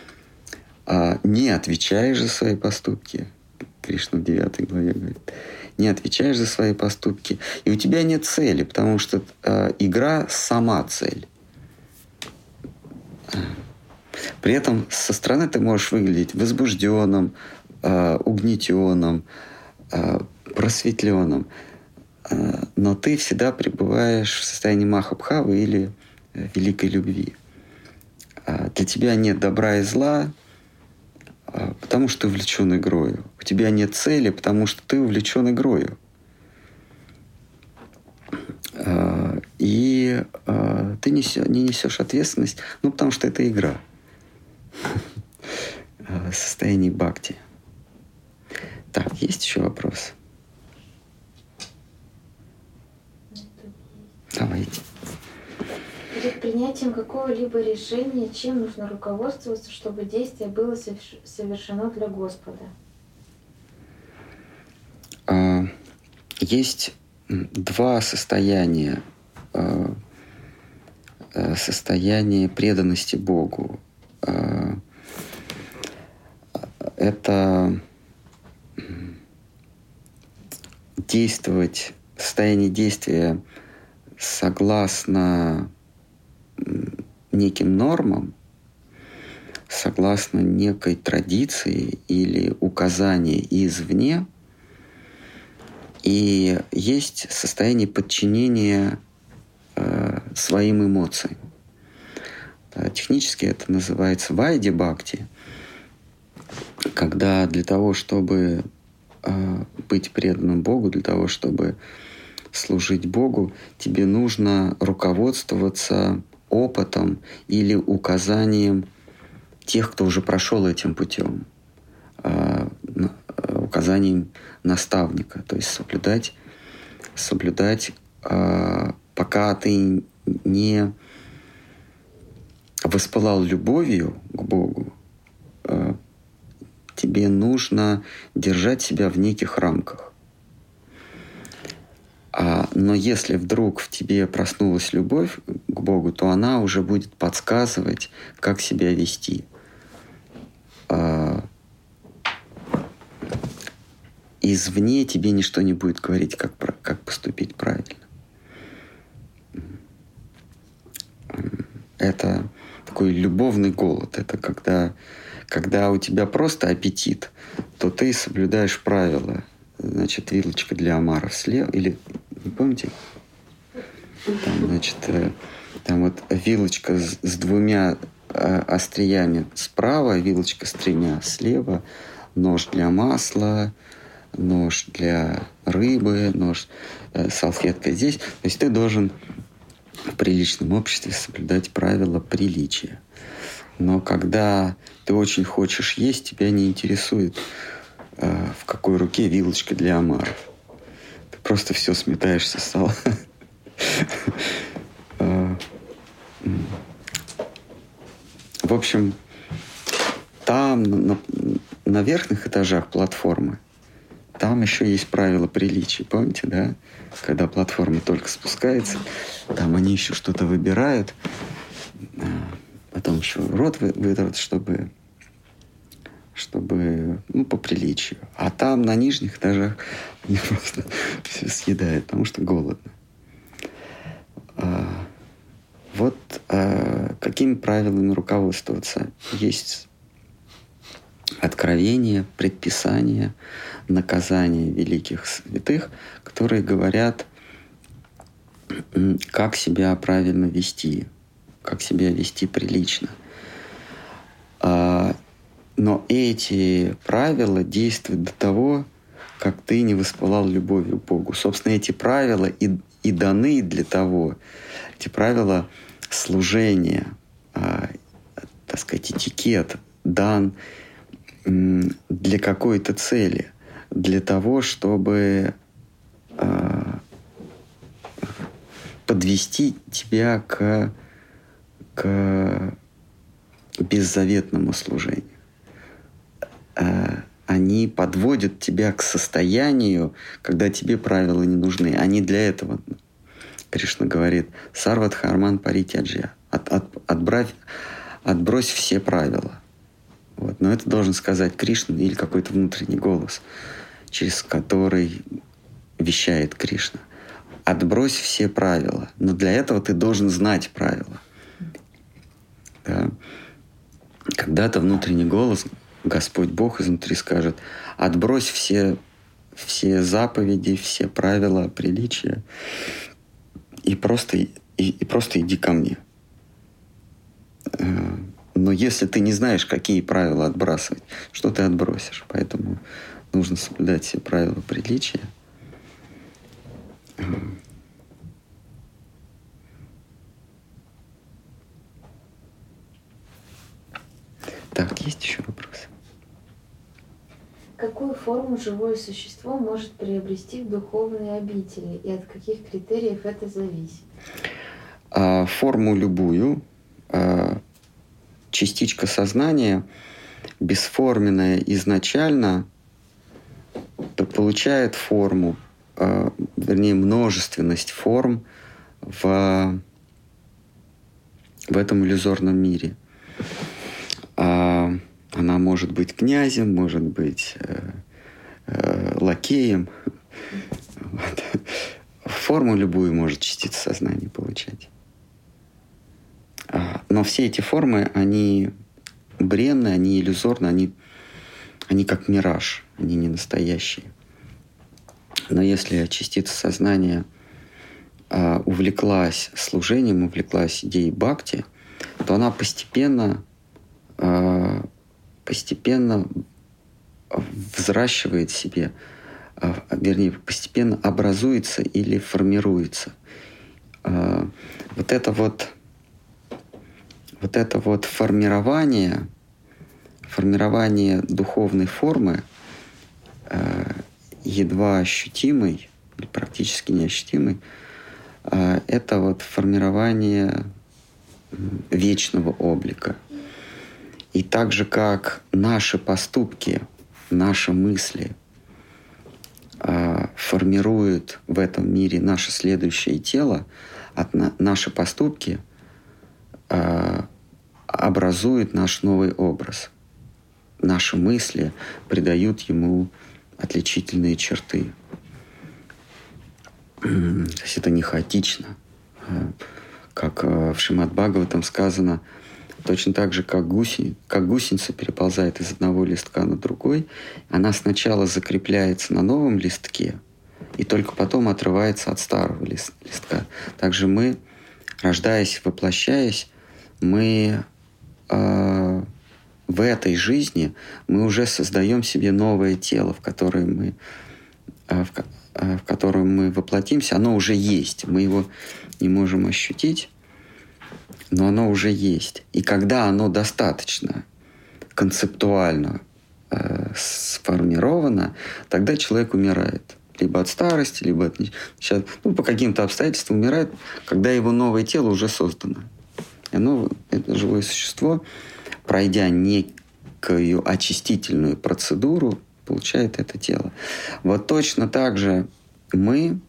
не отвечаешь за свои поступки. Кришна в 9 главе говорит, не отвечаешь за свои поступки, и у тебя нет цели, потому что игра сама цель. При этом со стороны ты можешь выглядеть возбужденным, угнетенным, просветленным, но ты всегда пребываешь в состоянии махабхавы или великой любви. Для тебя нет добра и зла, потому что ты увлечен игрою. У тебя нет цели, потому что ты увлечен игрою. И ты не несешь ответственность, потому что это игра. состоянии бхакти. Так, есть еще вопрос? Давайте. Перед принятием какого-либо решения, чем нужно руководствоваться, чтобы действие было совершено для Господа? Есть два состояния. Состояние преданности Богу. Это действовать, состояние действия согласно неким нормам, согласно некой традиции или указания извне, и есть состояние подчинения своим эмоциям. Технически это называется вайди бхакти, когда для того, чтобы быть преданным Богу, для того, чтобы служить Богу, тебе нужно руководствоваться опытом или указанием тех, кто уже прошел этим путем, указанием наставника, то есть соблюдать, пока ты не воспылал любовью к Богу, тебе нужно держать себя в неких рамках. Но если вдруг в тебе проснулась любовь к Богу, то она уже будет подсказывать, как себя вести. Извне тебе ничто не будет говорить, как поступить правильно. Это такой любовный голод. Это когда у тебя просто аппетит, то ты соблюдаешь правила. Значит, вилочка для омаров слева. Или, не помните? Там, значит, там вот вилочка с двумя остриями справа, вилочка с тремя слева, нож для масла, нож для рыбы, салфетка здесь. То есть ты должен в приличном обществе соблюдать правила приличия. Но когда ты очень хочешь есть, тебя не интересует, в какой руке вилочка для омаров. Ты просто все сметаешь со стола. В общем, там на верхних этажах платформы там еще есть правила приличия. Помните, да? Когда платформа только спускается, там они еще что-то выбирают, потом еще рот вытрут, чтобы по приличию. А там на нижних этажах они просто все съедают, потому что голодно. Вот какими правилами руководствоваться? Есть откровения, предписания, наказания великих святых, которые говорят, как себя правильно вести, как себя вести прилично. Но эти правила действуют до того, как ты не воспылал любовью к Богу. Собственно, эти правила и даны для того, эти правила служения, так сказать, этикет дан для какой-то цели, для того, чтобы подвести тебя к беззаветному служению. Они подводят тебя к состоянию, когда тебе правила не нужны. Они для этого. Кришна говорит: «Сарвадхарман паритяджья». Отбрось все правила. Вот. Но это должен сказать Кришна или какой-то внутренний голос, через который вещает Кришна. Отбрось все правила. Но для этого ты должен знать правила. Да? Когда-то внутренний голос, Господь Бог изнутри скажет: отбрось все заповеди, все правила приличия и просто иди ко мне. Но если ты не знаешь, какие правила отбрасывать, что ты отбросишь? Поэтому нужно соблюдать все правила приличия. Так, есть еще вопросы? Какую форму живое существо может приобрести в духовной обители и от каких критериев это зависит? Форму любую, частичка сознания, бесформенная изначально, получает форму, вернее, множественность форм в этом иллюзорном мире. Она может быть князем, может быть лакеем. Вот. Форму любую может частица сознания получать. Но все эти формы, они бренные, они иллюзорны, они как мираж, они не настоящие. Но если частица сознания увлеклась служением, увлеклась идеей бхакти, то она постепенно взращивает в себе, вернее, постепенно образуется или формируется. Вот это вот формирование духовной формы, едва ощутимой, или практически неощутимой, это вот формирование вечного облика. И так же, как наши поступки, наши мысли формируют в этом мире наше следующее тело, наши поступки образуют наш новый образ. Наши мысли придают ему отличительные черты. То есть это не хаотично. Как в Шримад Бхагаватам сказано, точно так же, как гусеница переползает из одного листка на другой, она сначала закрепляется на новом листке и только потом отрывается от старого листка. Также мы, рождаясь, воплощаясь, мы в этой жизни мы уже создаем себе новое тело, в котором мы воплотимся. Оно уже есть. Мы его не можем ощутить, но оно уже есть. И когда оно достаточно концептуально сформировано, тогда человек умирает. Либо от старости, либо по каким-то обстоятельствам умирает, когда его новое тело уже создано. И это живое существо, пройдя некую очистительную процедуру, получает это тело. Вот точно так же мы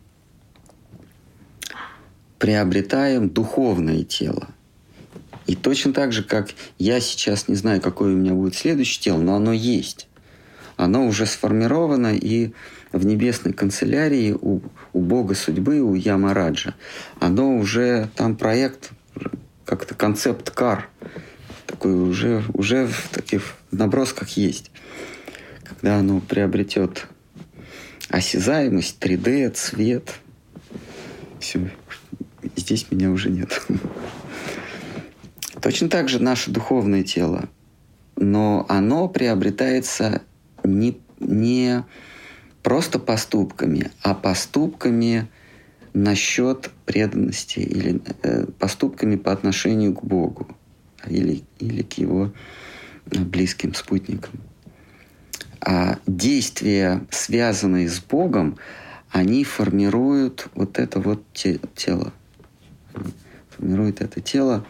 приобретаем духовное тело. И точно так же, как я сейчас не знаю, какое у меня будет следующее тело, но оно есть. Оно уже сформировано, и в небесной канцелярии у Бога судьбы, у Ямараджа, оно уже, там проект, как-то концепт-кар, такой уже в таких набросках есть. Когда оно приобретет осязаемость, 3D, цвет, все, здесь меня уже нет. Точно так же наше духовное тело, но оно приобретается не просто поступками, а поступками насчет преданности или поступками по отношению к Богу или к Его близким спутникам. А действия, связанные с Богом, они формируют вот это вот тело. Формируют это тело.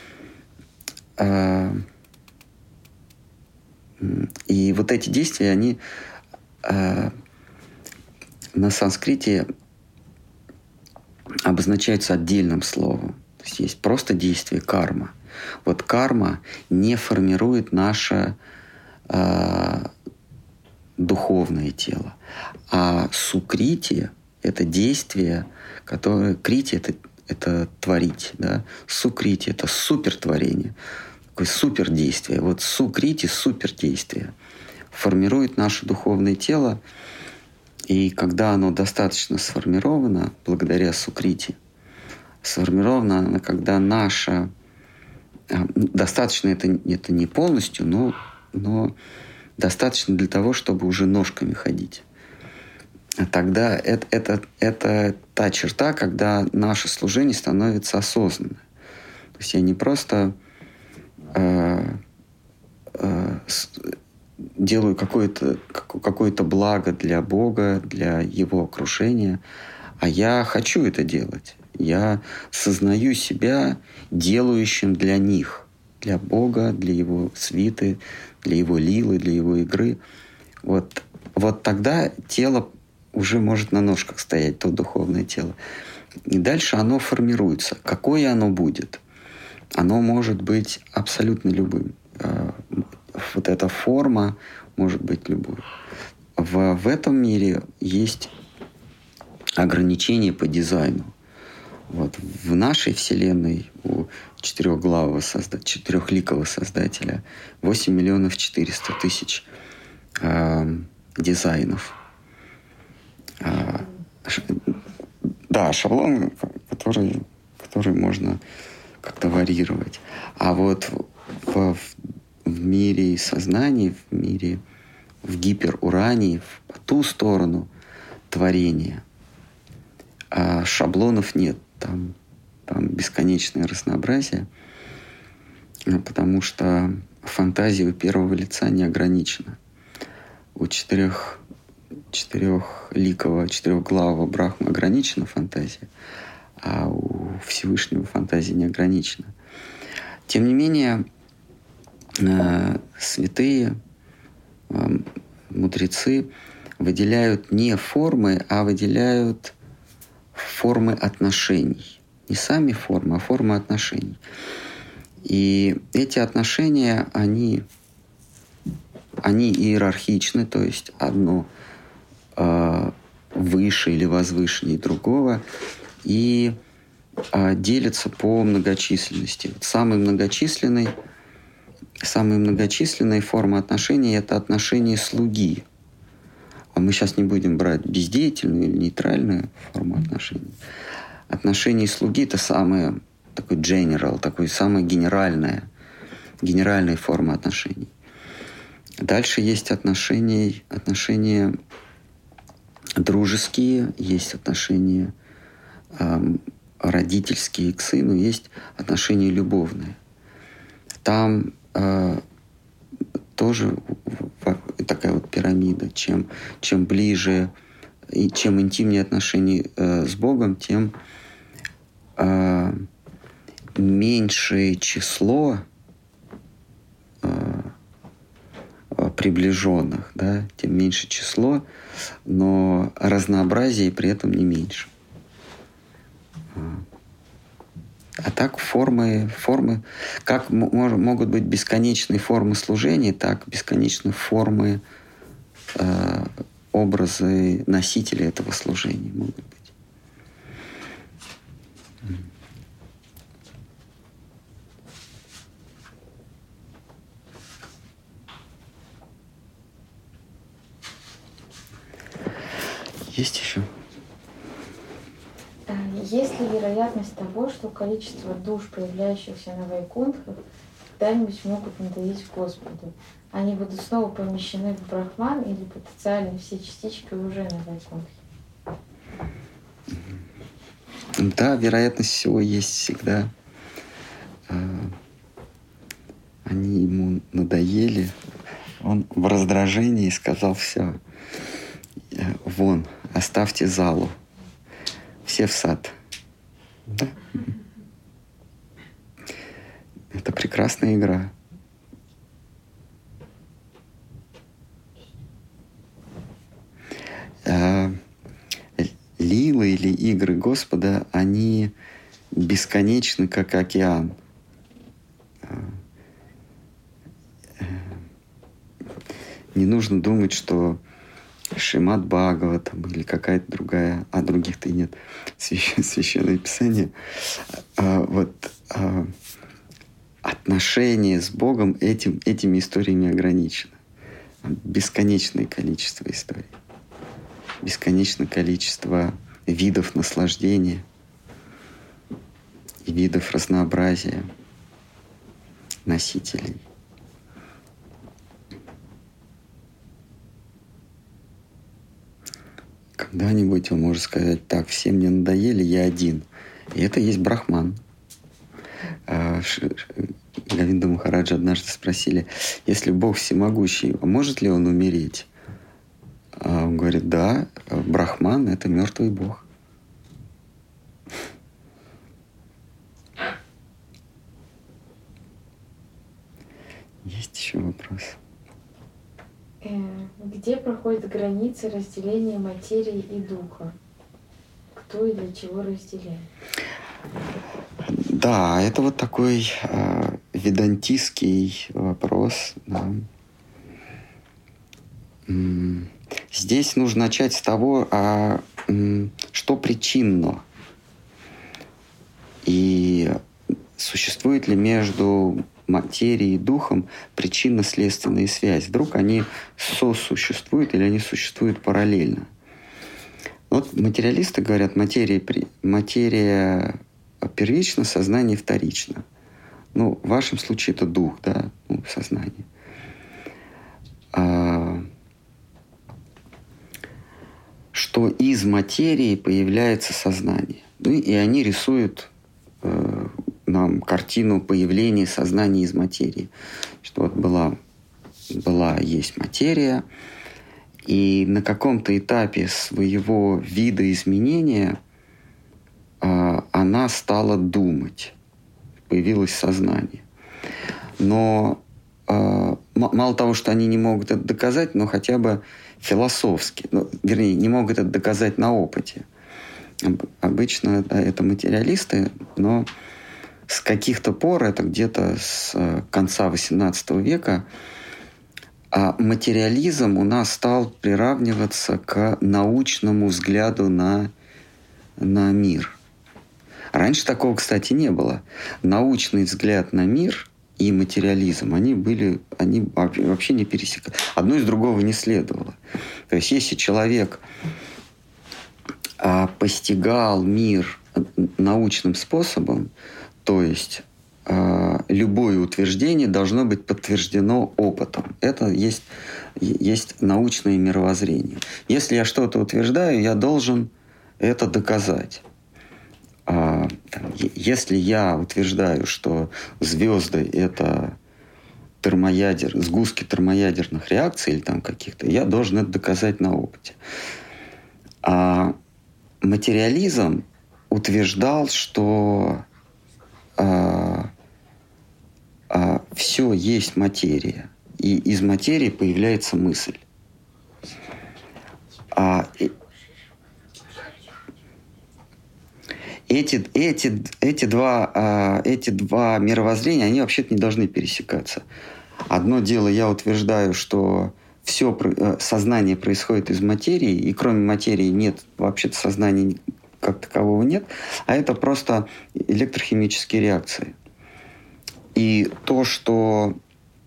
И вот эти действия, они на санскрите обозначаются отдельным словом. То есть просто действие карма. Вот карма не формирует наше духовное тело. А сукрити — это действие, которое... Крити — это творить. Да? Сукрити — это супертворение. Такое супердействие. Вот сукрити — супердействие. Формирует наше духовное тело. И когда оно достаточно сформировано, благодаря сукрити, сформировано, когда наша... Достаточно это не полностью, но достаточно для того, чтобы уже ножками ходить. Тогда это та черта, когда наше служение становится осознанным. То есть я не просто делаю какое-то благо для Бога, для Его окружения, а я хочу это делать. Я сознаю себя делающим для них, для Бога, для Его свиты, для Его лилы, для Его игры. Вот тогда тело уже может на ножках стоять, то духовное тело. И дальше оно формируется. Какое оно будет? Оно может быть абсолютно любым. Вот эта форма может быть любой. В этом мире есть ограничения по дизайну. Вот. В нашей Вселенной у четырехликого Создателя 8 400 000 дизайнов. Да, шаблон, который можно как-то варьировать. А вот в мире сознаний, в гиперурании, по ту сторону творения, шаблонов нет. Там бесконечное разнообразие, потому что фантазия у первого лица не ограничена. У четырехглавого Брахмы ограничена фантазия, а у Всевышнего фантазия не ограничена. Тем не менее, святые мудрецы выделяют не формы, а выделяют формы отношений. Не сами формы, а формы отношений. И эти отношения, они иерархичны, то есть одно выше или возвышеннее другого, и делятся по многочисленности. Самые многочисленные формы отношений – это отношения слуги. А мы сейчас не будем брать бездеятельную или нейтральную форму отношений. Отношения слуги – это самая такой general, самая генеральная форма отношений. Дальше есть отношения дружеские, есть отношения родительские к сыну, есть отношения любовные. Там тоже такая вот пирамида. Чем ближе и чем интимнее отношения с Богом, тем меньшее число приближенных, да, тем меньше число, но разнообразие при этом не меньше. А так формы, как могут быть бесконечные формы служения, так бесконечны формы, образы носителей этого служения могут быть. Есть еще? Есть ли вероятность того, что количество душ, появляющихся на Вайкунтхах, когда-нибудь могут надоесть Господу? Они будут снова помещены в Брахман или потенциально все частички уже на Вайкунтхе? Да, вероятность всего есть всегда. Они ему надоели. Он в раздражении сказал: все, вон, оставьте залу. Все в сад. Да. Это прекрасная игра. Лилы или игры Господа, они бесконечны, как океан. Не нужно думать, что Шримад Бхагаватам или какая-то другая, а других-то и нет, Священное Писание. Отношения с Богом этими историями ограничено. Бесконечное количество историй. Бесконечное количество видов наслаждения и видов разнообразия носителей. Когда-нибудь он может сказать: так, все мне надоели, я один. И это есть Брахман. Говинда Махараджа однажды спросили, если Бог всемогущий, может ли он умереть? А он говорит, да, Брахман — это мертвый Бог. Есть еще вопрос? Где проходит граница разделения материи и духа? Кто и для чего разделяет? Да, это вот такой ведантистский вопрос. Да. Здесь нужно начать с того, что причинно. И существует ли между материей и духом причинно-следственная связь? Вдруг они сосуществуют или они существуют параллельно? Вот материалисты говорят, материя первична, сознание вторично. Ну, в вашем случае это дух, да, сознание. Что из материи появляется сознание. Ну, и они рисуют нам картину появления сознания из материи. Что вот есть материя, и на каком-то этапе своего видоизменения она стала думать. Появилось сознание. Но мало того, что они не могут это доказать, но хотя бы философски, вернее, не могут это доказать на опыте. Обычно это материалисты, но с каких-то пор, это где-то с конца XVIII века, материализм у нас стал приравниваться к научному взгляду на мир. Раньше такого, кстати, не было. Научный взгляд на мир и материализм, они вообще не пересекались. Одно из другого не следовало. То есть, если человек постигал мир научным способом, то есть любое утверждение должно быть подтверждено опытом. Это есть научное мировоззрение. Если я что-то утверждаю, я должен это доказать. Если я утверждаю, что звезды — это сгустки термоядерных реакций или там каких-то, я должен это доказать на опыте. А материализм утверждал, что все есть материя, и из материи появляется мысль. Эти два мировоззрения, они вообще-то не должны пересекаться. Одно дело, я утверждаю, что все сознание происходит из материи, и кроме материи нет, вообще-то сознания как такового нет, а это просто электрохимические реакции. И то, что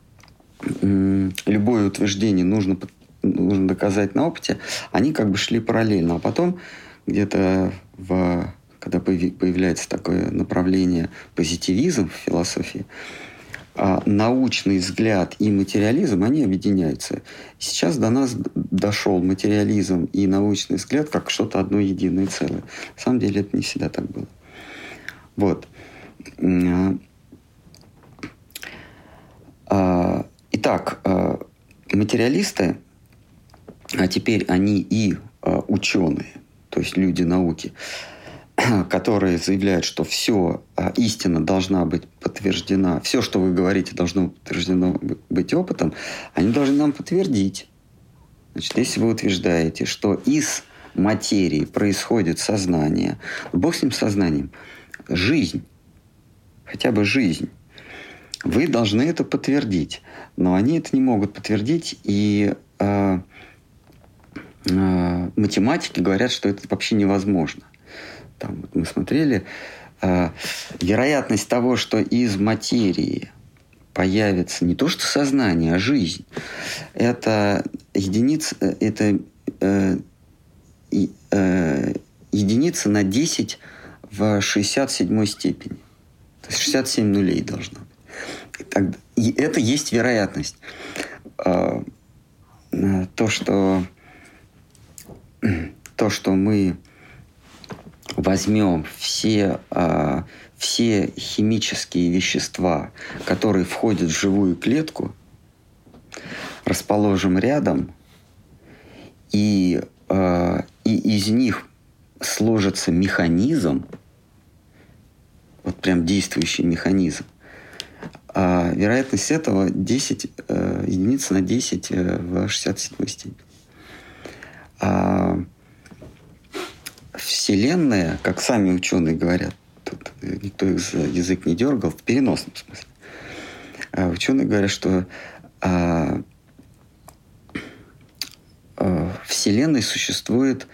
любое утверждение нужно доказать на опыте, они как бы шли параллельно. А потом где-то когда появляется такое направление позитивизм в философии, научный взгляд и материализм, они объединяются. Сейчас до нас дошел материализм и научный взгляд как что-то одно единое целое. На самом деле это не всегда так было. Вот. Итак, материалисты, а теперь они и ученые, то есть люди науки, которые заявляют, что все истина должна быть подтверждена, все, что вы говорите, должно подтверждено быть опытом, они должны нам подтвердить. Значит, если вы утверждаете, что из материи происходит сознание, Бог с ним сознанием, жизнь, хотя бы жизнь, вы должны это подтвердить. Но они это не могут подтвердить, и математики говорят, что это вообще невозможно. Там мы смотрели, вероятность того, что из материи появится не то что сознание, а жизнь, это единица на 10 в 67 степени. То есть 67 нулей должно быть. И это есть вероятность. То, что мы возьмем все химические вещества, которые входят в живую клетку, расположим рядом, и из них сложится механизм, вот прям действующий механизм, вероятность этого 10 единиц на 10 в 67 степени. Вселенная, как сами ученые говорят, тут никто их за язык не дергал, в переносном смысле. Ученые говорят, что Вселенной существует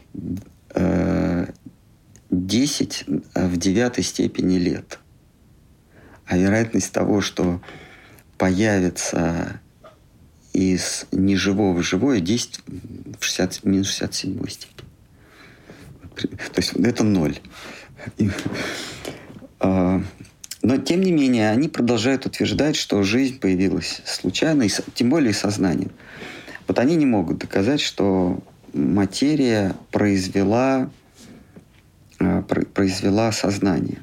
10 в 9 степени лет. А вероятность того, что появится из неживого живое, 10 в минус 67 степени. То есть это 0. Но, тем не менее, они продолжают утверждать, что жизнь появилась случайно, тем более и сознанием. Вот они не могут доказать, что материя произвела сознание.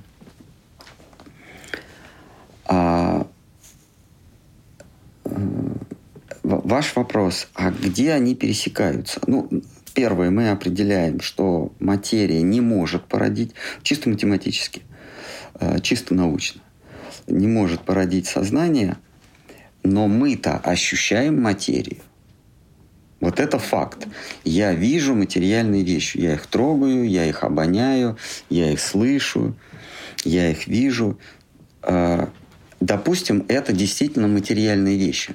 Ваш вопрос, а где они пересекаются? Ну, первое, мы определяем, что материя не может породить, чисто математически, чисто научно, не может породить сознание, но мы-то ощущаем материю. Вот это факт. Я вижу материальные вещи. Я их трогаю, я их обоняю, я их слышу, я их вижу. Допустим, это действительно материальные вещи.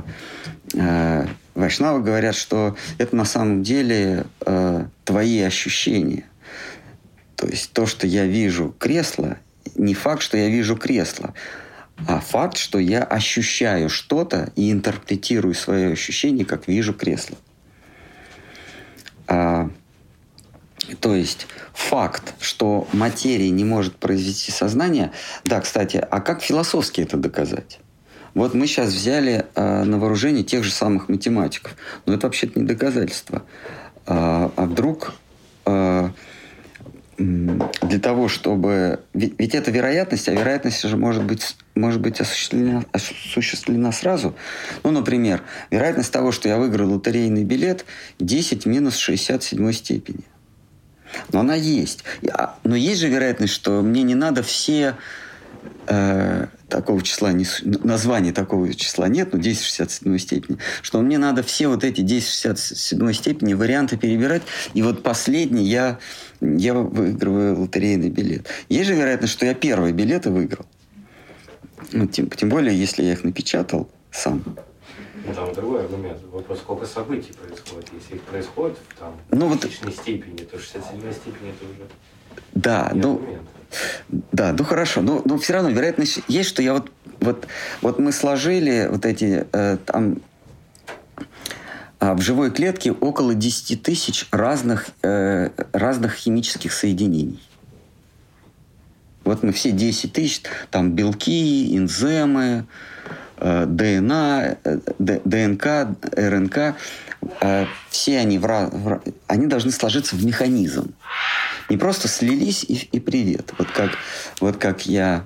Вайшнавы говорят, что это на самом деле твои ощущения. То есть то, что я вижу кресло, не факт, что я вижу кресло, а факт, что я ощущаю что-то и интерпретирую свое ощущение, как вижу кресло. То есть факт, что материя не может произвести сознание. Да, кстати, а как философски это доказать? Вот мы сейчас взяли на вооружение тех же самых математиков. Но это вообще-то не доказательство. А вдруг для того, чтобы... Ведь это вероятность, а вероятность же может быть осуществлена сразу. Ну, например, вероятность того, что я выиграл лотерейный билет, 10 в минус 67 степени. Но она есть. Но есть же вероятность, что мне не надо все... такого числа, названия такого числа нет, но 10 в 67 степени, что мне надо все вот эти 10 в 67 степени варианты перебирать, и вот последний я выигрываю лотерейный билет. Есть же вероятность, что я первые билеты выиграл. Ну, тем более, если я их напечатал сам. Ну, там другой аргумент. Вопрос, сколько событий происходит. Если их происходит в тысячной степени, то 67 степени это уже да, не аргумент. Да, ну хорошо, но все равно вероятность есть, что я вот мы сложили вот эти там в живой клетке около 10 тысяч разных химических соединений. Вот мы все 10 тысяч, там белки, энзимы, ДНК, РНК, все они они должны сложиться в механизм. Не просто слились и привет. Вот как я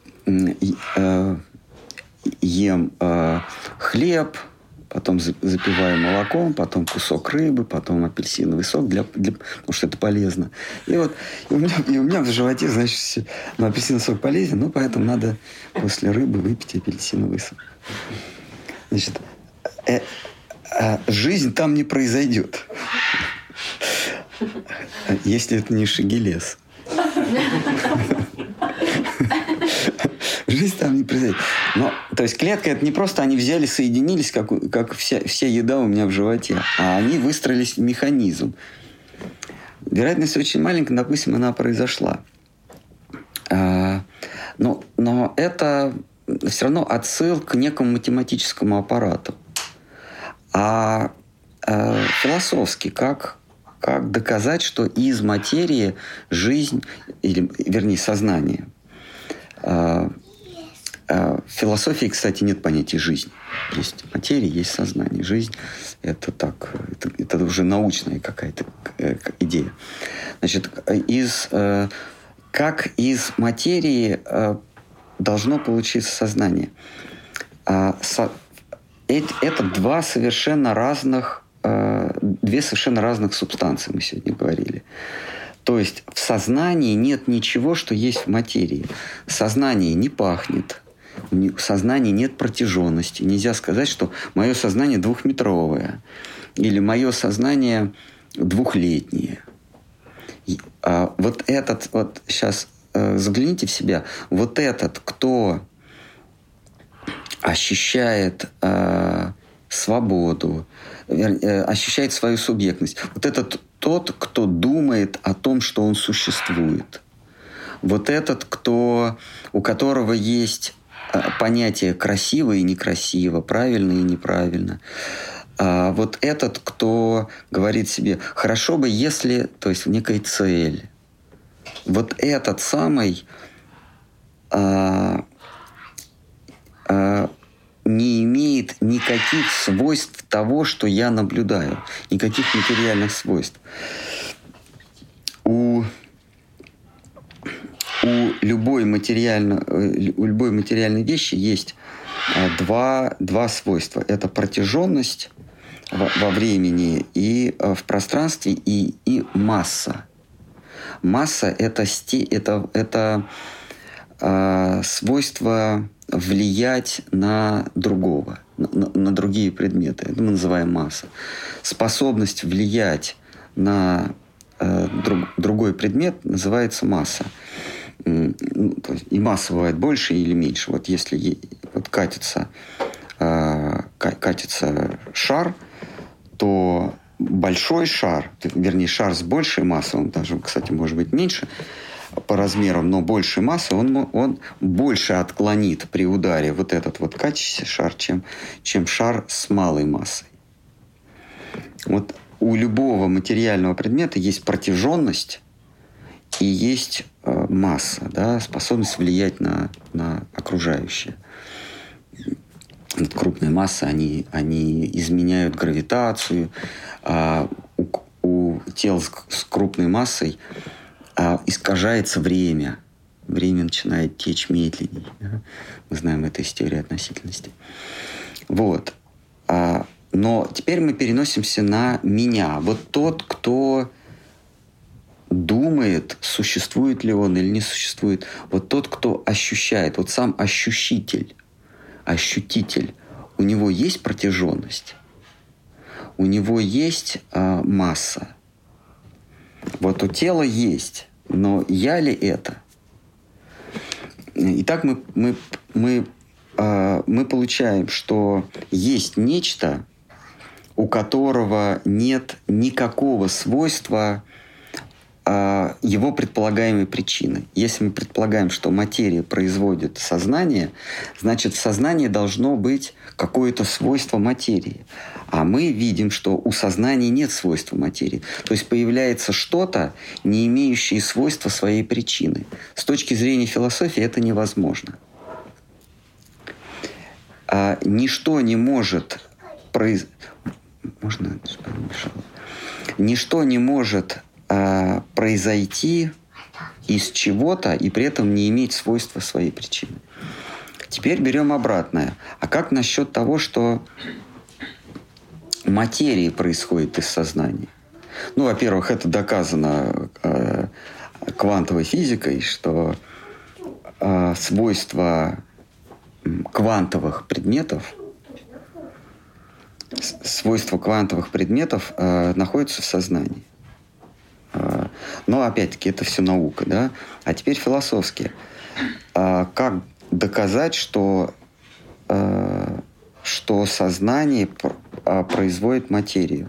ем хлеб, потом запиваю молоком, потом кусок рыбы, потом апельсиновый сок, потому что это полезно. И у меня в животе, значит, апельсиновый сок полезен, поэтому надо после рыбы выпить апельсиновый сок. Значит, жизнь там не произойдет. Если это не Шигелес. Жизнь там не произойдет. То есть клетка это не просто они взяли, соединились, как вся еда у меня в животе, а они выстроились в механизм. Вероятность очень маленькая, допустим, она произошла. Но это все равно отсыл к некому математическому аппарату. А философски как доказать, что из материи жизнь, или, вернее, сознание В философии, кстати, нет понятия жизни. Есть материя, есть сознание. Жизнь – это так, это уже научная какая-то идея. Значит, как из материи должно получиться сознание? Это две совершенно разных субстанции, мы сегодня говорили. То есть в сознании нет ничего, что есть в материи. Сознание не пахнет, в сознании нет протяженности. Нельзя сказать, что мое сознание двухметровое или мое сознание двухлетнее. Вот сейчас загляните в себя, вот этот, кто ощущает свободу, ощущает свою субъектность, вот этот тот, кто думает о том, что он существует. Вот этот, у которого есть понятие красиво и некрасиво, правильно и неправильно. Вот этот, кто говорит себе, хорошо бы, если, то есть некая цель. Вот этот самый не имеет никаких свойств того, что я наблюдаю. Никаких материальных свойств. У любой материальной вещи есть два свойства. Это протяженность во времени и в пространстве и масса. Масса – это свойство влиять на другого, на другие предметы. Это мы называем масса. Способность влиять на другой предмет называется масса. И масса бывает больше или меньше. Вот если катится шар, то большой шар, вернее шар с большей массой, он даже, кстати, может быть меньше по размерам, но большей массы, он больше отклонит при ударе вот этот вот катящийся шар, чем шар с малой массой. Вот у любого материального предмета есть протяженность и есть масса, да, способность влиять на окружающее. Вот крупные массы, они изменяют гравитацию. У тел с крупной массой искажается время. Время начинает течь медленнее. Да? Мы знаем эту историю относительности. Вот. Но теперь мы переносимся на меня. Вот тот, кто думает, существует ли он или не существует. Вот тот, кто ощущает. Вот сам ощутитель. У него есть протяженность. У него есть масса. Вот у тела есть. Но я ли это? Итак, мы получаем, что есть нечто, у которого нет никакого свойства его предполагаемой причины. Если мы предполагаем, что материя производит сознание, значит, в сознании должно быть какое-то свойство материи. А мы видим, что у сознания нет свойства материи. То есть появляется что-то, не имеющее свойства своей причины. С точки зрения философии это невозможно. Ничто не может Ничто не может произойти из чего-то и при этом не иметь свойства своей причины. Теперь берем обратное. А как насчет того, что материя происходит из сознания? Ну, во-первых, это доказано квантовой физикой, что свойства квантовых предметов находятся в сознании. Но, опять-таки, это все наука, да? А теперь философски. Как доказать, что сознание производит материю?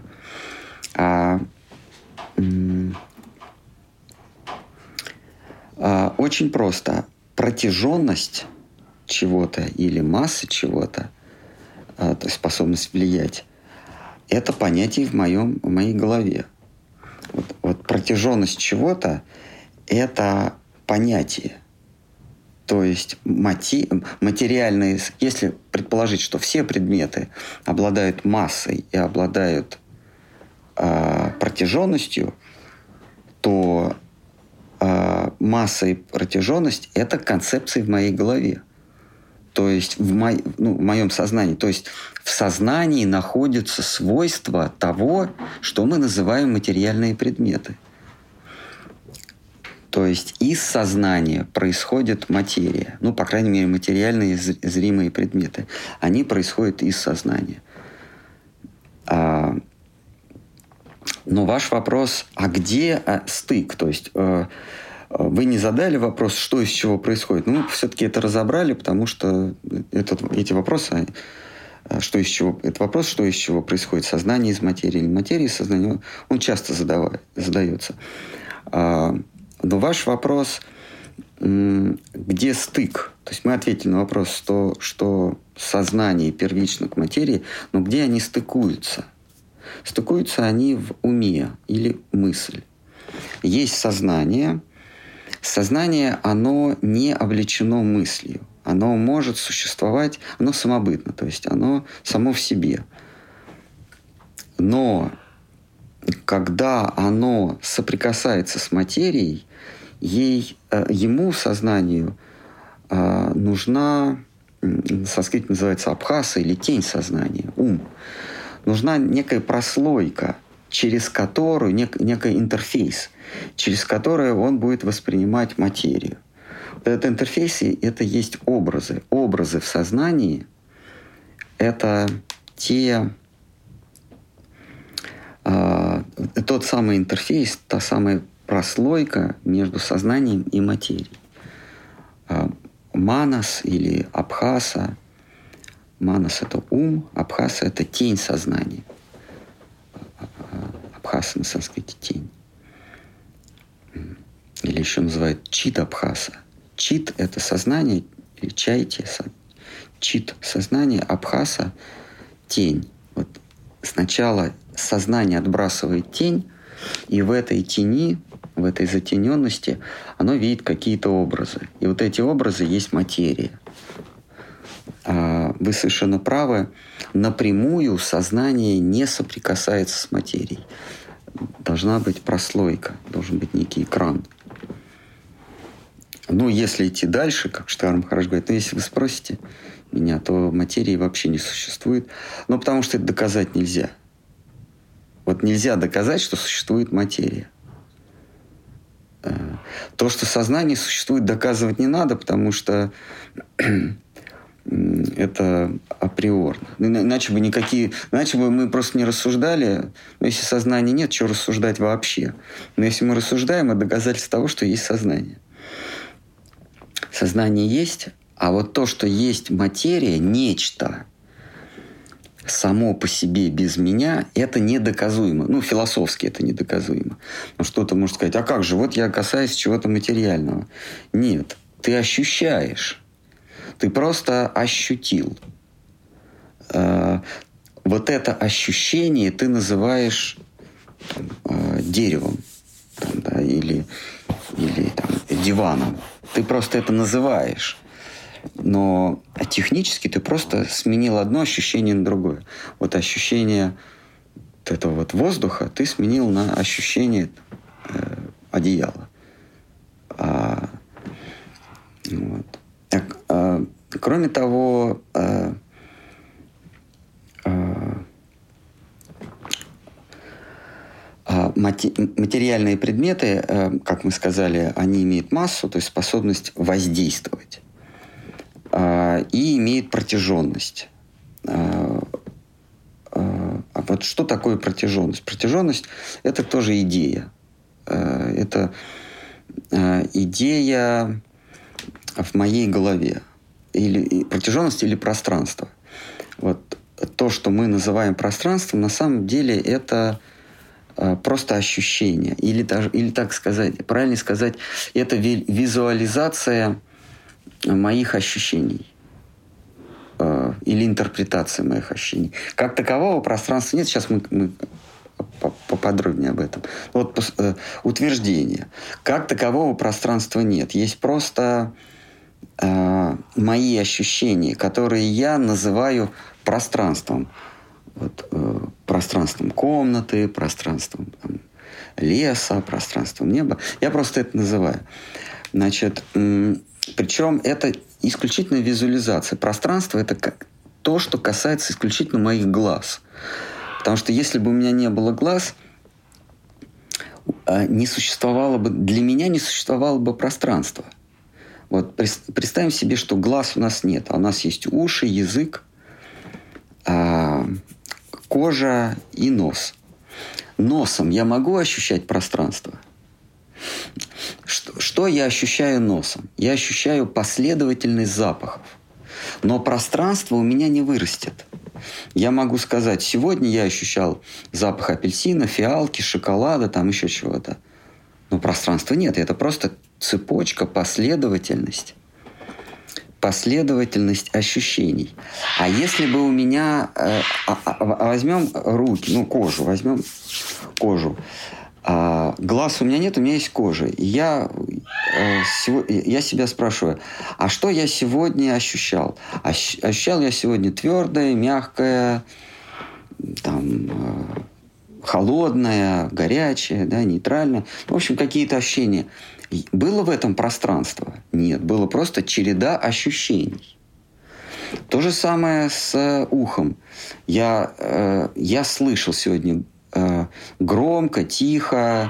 Очень просто. Протяженность чего-то или масса чего-то, то есть способность влиять, это понятие в моей голове. Вот протяженность чего-то – это понятие. То есть материальные, если предположить, что все предметы обладают массой и обладают протяженностью, то масса и протяженность – это концепции в моей голове. То есть в моем сознании. То есть в сознании находятся свойства того, что мы называем материальные предметы. То есть из сознания происходит материя. Ну, по крайней мере, материальные зримые предметы. Они происходят из сознания. Но ваш вопрос, а где стык? То есть вы не задали вопрос, что из чего происходит. Ну, все-таки это разобрали, потому что эти вопросы, что из чего, это вопрос, что из чего происходит, сознание из материи или материя из сознания, он часто задается. Но ваш вопрос, где стык? То есть мы ответили на вопрос, что сознание первично к материи, но где они стыкуются? Стыкуются они в уме или мысль. Есть сознание. Сознание, оно не облечено мыслью. Оно может существовать, оно самобытно, то есть оно само в себе. Но когда оно соприкасается с материей, ему, сознанию, нужна, на санскрите называется абхаса или тень сознания, ум. Нужна некая прослойка, через которую, некий интерфейс, через который он будет воспринимать материю. Этот интерфейс – это есть образы. Образы в сознании – это тот самый интерфейс, та самая прослойка между сознанием и материей. Манас или абхаса. Манас – это ум, абхаса – это тень сознания. Абхаса на санскрите – тень. Или еще называют чит абхаса. Чит – это сознание, или чайти, чит – сознание, абхаса – тень. Вот сначала сознание отбрасывает тень, и в этой тени, в этой затененности оно видит какие-то образы. И вот эти образы есть материя. Вы совершенно правы. Напрямую сознание не соприкасается с материей. Должна быть прослойка, должен быть некий экран. Ну, если идти дальше, как Штар Махарадж говорит, если вы спросите меня, то материи вообще не существует. Ну, потому что это доказать нельзя. Вот нельзя доказать, что существует материя. То, что сознание существует, доказывать не надо, потому что это априорно. Иначе бы мы просто не рассуждали. Но если сознания нет, что рассуждать вообще? Но если мы рассуждаем, это доказательство того, что есть сознание. Сознание есть, а вот то, что есть материя, нечто, само по себе без меня, это недоказуемо. Ну, философски это недоказуемо. Но что-то может сказать, а как же, вот я касаюсь чего-то материального. Нет, ты ощущаешь. Ты просто ощутил. Вот это ощущение ты называешь деревом или диваном. Ты просто это называешь. Но технически ты просто сменил одно ощущение на другое. Вот ощущение вот этого вот воздуха ты сменил на ощущение одеяла. Вот. Кроме того, материальные предметы, как мы сказали, они имеют массу, то есть способность воздействовать. И имеют протяженность. А вот что такое протяженность? Протяженность – это тоже идея. Это идея в моей голове. Или протяженность или пространство. Вот то, что мы называем пространством, на самом деле это просто ощущение. Или так сказать, правильно сказать, это визуализация моих ощущений. Или интерпретация моих ощущений. Как такового пространства нет. Сейчас мы поподробнее об этом. Вот утверждение. Как такового пространства нет. Есть просто мои ощущения, которые я называю пространством. Вот, пространством комнаты, пространством там, леса, пространством неба. Я просто это называю. Значит, причем это исключительно визуализация. Пространство – это то, что касается исключительно моих глаз. Потому что если бы у меня не было глаз, не существовало бы, для меня не существовало бы пространства. Вот представим себе, что глаз у нас нет, а у нас есть уши, язык, кожа и нос. Носом я могу ощущать пространство? Что я ощущаю носом? Я ощущаю последовательность запахов. Но пространство у меня не вырастет. Я могу сказать, сегодня я ощущал запах апельсина, фиалки, шоколада, там еще чего-то. Но пространства нет. Это просто цепочка, последовательность. Последовательность ощущений. А если бы у меня... возьмем руки, кожу, возьмем кожу. Глаз у меня нет, у меня есть кожа. И я себя спрашиваю, а что я сегодня ощущал? Ощущал я сегодня твердое, мягкое, там, холодное, горячее, да, нейтральное. В общем, какие-то ощущения. Было в этом пространство? Нет, было просто череда ощущений. То же самое с ухом. Я слышал сегодня громко, тихо,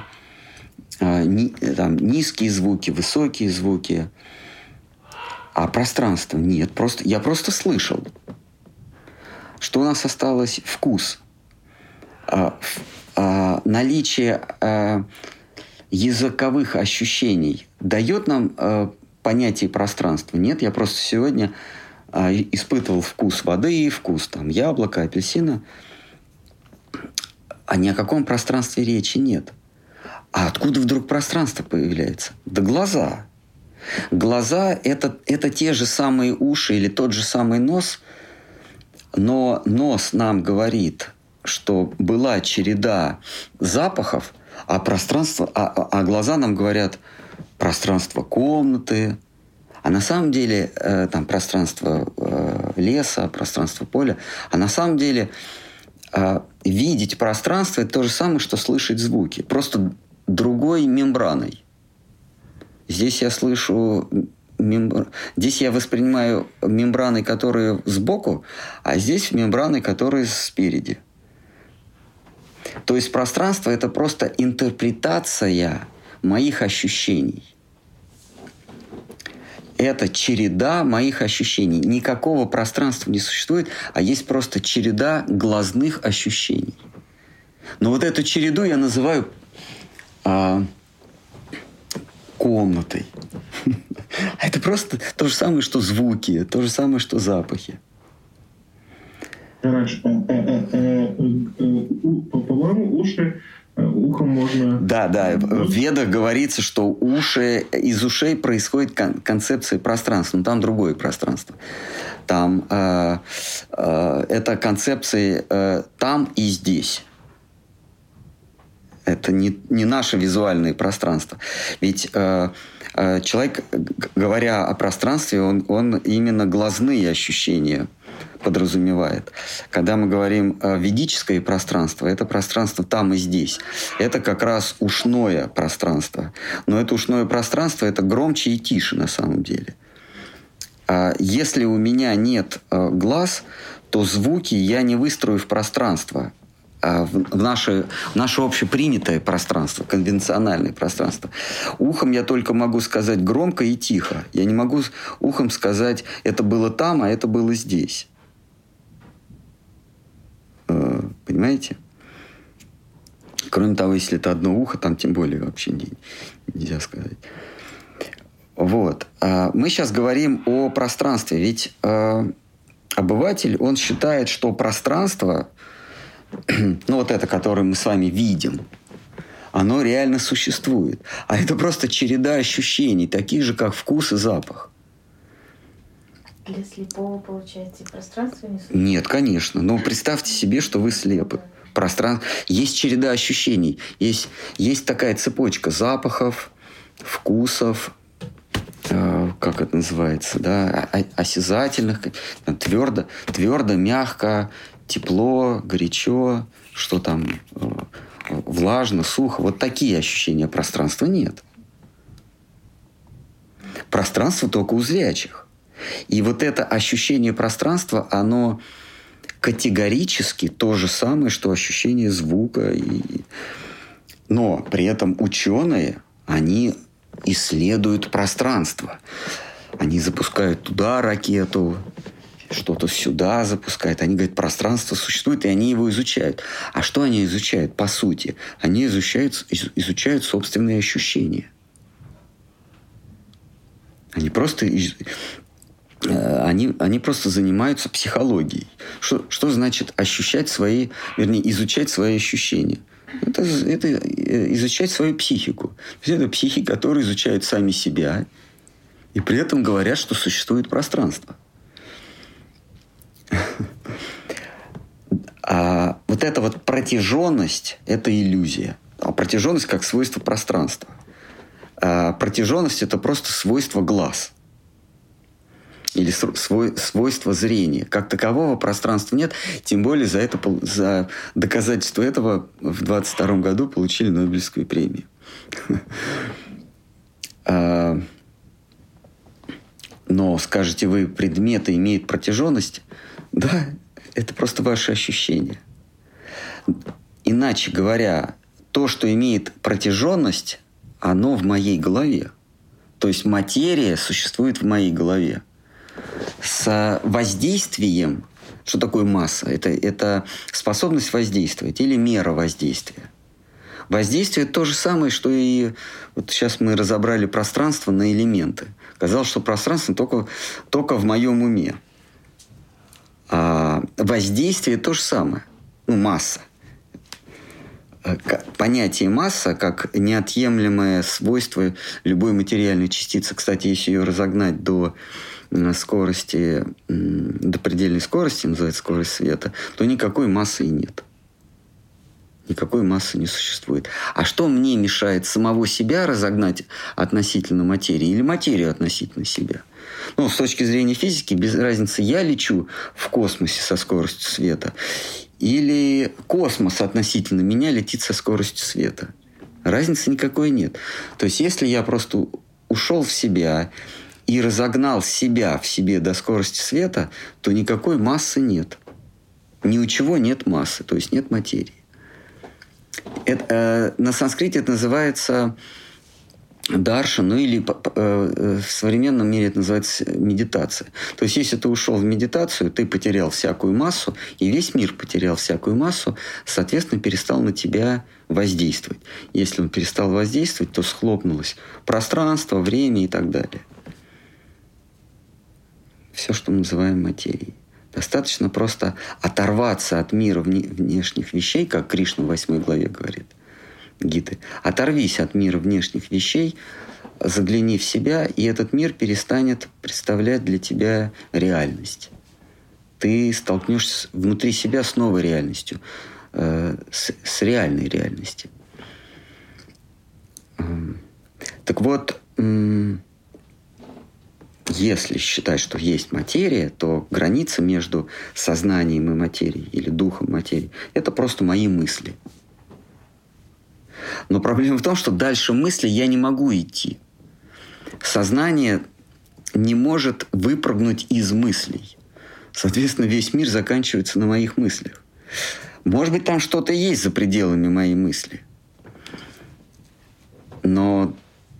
низкие звуки, высокие звуки. А пространства нет. Я просто слышал. Что у нас осталось? Вкус. Наличие языковых ощущений дает нам понятие пространства? Нет, я просто сегодня испытывал вкус воды, вкус там, яблока, апельсина. А ни о каком пространстве речи нет. А откуда вдруг пространство появляется? Да глаза. Глаза – это те же самые уши или тот же самый нос, но нос нам говорит, что была череда запахов, а глаза нам говорят пространство комнаты, а на самом деле там пространство леса, пространство поля, а на самом деле видеть пространство – это то же самое, что слышать звуки, просто другой мембраной. Здесь я слышу здесь я воспринимаю мембраны, которые сбоку, а здесь мембраны, которые спереди. То есть пространство – это просто интерпретация моих ощущений. Это череда моих ощущений. Никакого пространства не существует, а есть просто череда глазных ощущений. Но вот эту череду я называю комнатой. А это просто то же самое, что звуки, то же самое, что запахи. По-моему, ухом можно... Да. В Ведах говорится, что из ушей происходит концепция пространства. Но там другое пространство. Там это концепции там и здесь. Это не наше визуальное пространство. Ведь человек, говоря о пространстве, он именно глазные ощущения подразумевает. Когда мы говорим ведическое пространство, это пространство там и здесь. Это как раз ушное пространство. Но это ушное пространство, это громче и тише на самом деле. Если у меня нет глаз, то звуки я не выстрою в пространство. В наше общепринятое пространство, конвенциональное пространство. Ухом я только могу сказать громко и тихо. Я не могу ухом сказать, это было там, а это было здесь. Понимаете? Кроме того, если это одно ухо, там тем более вообще нельзя сказать. Вот. Мы сейчас говорим о пространстве. Ведь обыватель, он считает, что пространство... вот это, которое мы с вами видим, оно реально существует. А это просто череда ощущений, таких же, как вкус и запах. Для слепого, получается, и пространство не существует? Нет, конечно. Но представьте себе, что вы слепы. Есть череда ощущений. Есть такая цепочка запахов, вкусов, как это называется, да, осязательных, твердо, мягко, тепло, горячо, что там влажно, сухо. Вот такие ощущения пространства нет. Пространство только у зрячих. И вот это ощущение пространства, оно категорически то же самое, что ощущение звука. Но при этом ученые, они исследуют пространство. Они запускают туда ракету, что-то сюда запускают. Они говорят, пространство существует, и они его изучают. А что они изучают, по сути? Они изучают собственные ощущения. Они просто занимаются психологией. Что значит изучать свои ощущения? Это изучать свою психику. То есть это психи, которые изучают сами себя и при этом говорят, что существует пространство. А вот эта вот протяженность – это иллюзия. А протяженность как свойство пространства. А протяженность – это просто свойство глаз. Или свойство зрения. Как такового пространства нет. Тем более за доказательство этого в 1922 году получили Нобелевскую премию. Но, скажете вы, предметы имеют протяженность? Да, это просто ваши ощущения. Иначе говоря, то, что имеет протяженность, оно в моей голове. То есть материя существует в моей голове. С воздействием, что такое масса? Это способность воздействовать или мера воздействия. Воздействие то же самое, что и... Вот сейчас мы разобрали пространство на элементы. Казалось, что пространство только в моем уме. А воздействие то же самое. Масса. Понятие масса как неотъемлемое свойство любой материальной частицы. Кстати, если ее разогнать до скорости, до предельной скорости, называется скорость света, то никакой массы и нет. Никакой массы не существует. А что мне мешает самого себя разогнать относительно материи или материю относительно себя? С точки зрения физики, без разницы, я лечу в космосе со скоростью света или космос относительно меня летит со скоростью света. Разницы никакой нет. То есть, если я просто ушел в себя и разогнал себя в себе до скорости света, то никакой массы нет. Ни у чего нет массы, то есть нет материи. На санскрите это называется даршан, или в современном мире это называется медитация. То есть, если ты ушел в медитацию, ты потерял всякую массу, и весь мир потерял всякую массу, соответственно, перестал на тебя воздействовать. Если он перестал воздействовать, то схлопнулось пространство, время и так далее. Все, что мы называем материей. Достаточно просто оторваться от мира внешних вещей, как Кришна в 8 главе говорит, Гиты. Оторвись от мира внешних вещей, загляни в себя, и этот мир перестанет представлять для тебя реальность. Ты столкнешься внутри себя с новой реальностью, с реальной реальностью. Так вот, если считать, что есть материя, то граница между сознанием и материей или духом материи – это просто мои мысли. Но проблема в том, что дальше мысли я не могу идти. Сознание не может выпрыгнуть из мыслей. Соответственно, весь мир заканчивается на моих мыслях. Может быть, там что-то есть за пределами моей мысли. Но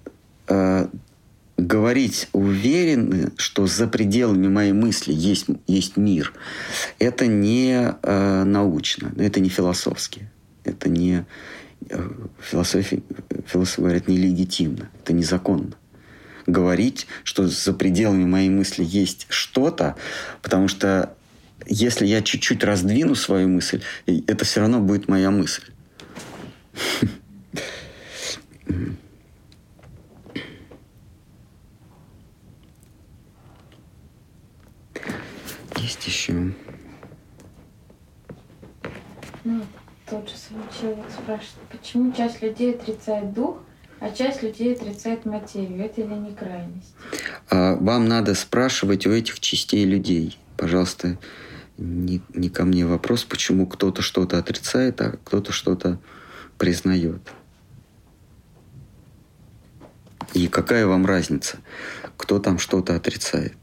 говорить уверенно, что за пределами моей мысли есть мир, это не научно, это не философски. Это не... Философы говорят, нелегитимно, это незаконно. Говорить, что за пределами моей мысли есть что-то, потому что если я чуть-чуть раздвину свою мысль, это все равно будет моя мысль. Есть еще. Тот же самый человек спрашивает, почему часть людей отрицает дух, а А часть людей отрицает материю. Это или не крайность? Вам надо спрашивать у этих частей людей. Пожалуйста, не ко мне вопрос, почему кто-то что-то отрицает, а кто-то что-то признает. И какая вам разница, кто там что-то отрицает?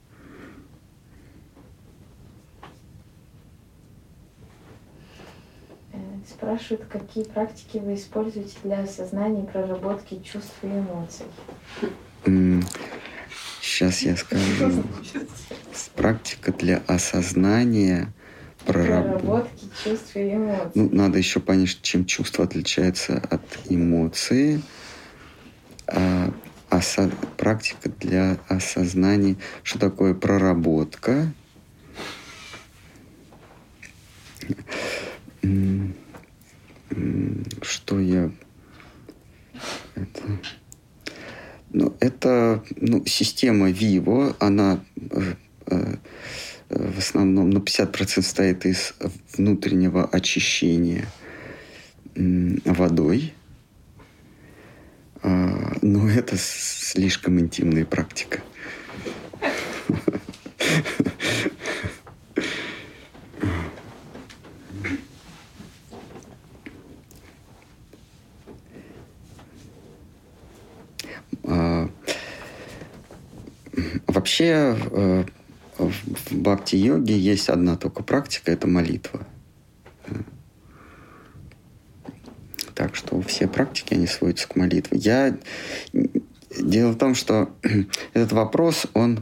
Спрашивают, какие практики вы используете для осознания и проработки чувств и эмоций. Сейчас я скажу. Практика для осознания, проработки чувств и эмоций. Ну, надо еще понять, чем чувство отличается от эмоции. Практика для осознания, что такое проработка. Что я... Это система Vivo, она в основном 50% состоит из внутреннего очищения водой. Но это слишком интимная практика. Вообще в бхакти-йоге есть одна только практика – это молитва. Так что все практики, они сводятся к молитве. Дело в том, что этот вопрос, он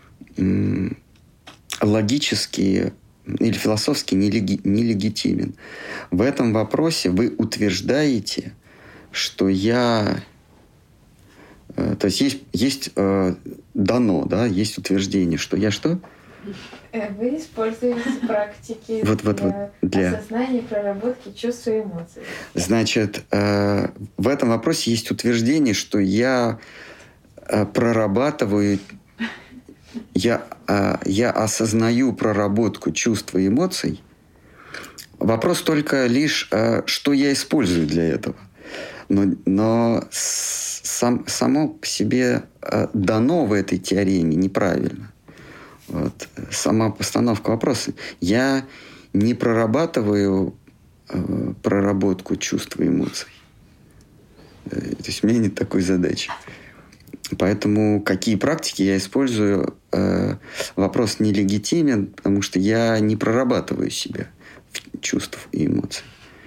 логически или философски нелегитимен. В этом вопросе вы утверждаете, что я... То есть есть дано, да, есть утверждение, что я что? Вы используете практики для осознания и проработки чувств и эмоций. Значит, в этом вопросе есть утверждение, что я прорабатываю, я осознаю проработку чувств и эмоций. Вопрос только лишь, что я использую для этого. Но само по себе дано в этой теореме неправильно. Вот. Сама постановка вопроса. Я не прорабатываю проработку чувств и эмоций. То есть у меня нет такой задачи. Поэтому какие практики я использую, вопрос нелегитимен, потому что я не прорабатываю себя чувств и эмоций.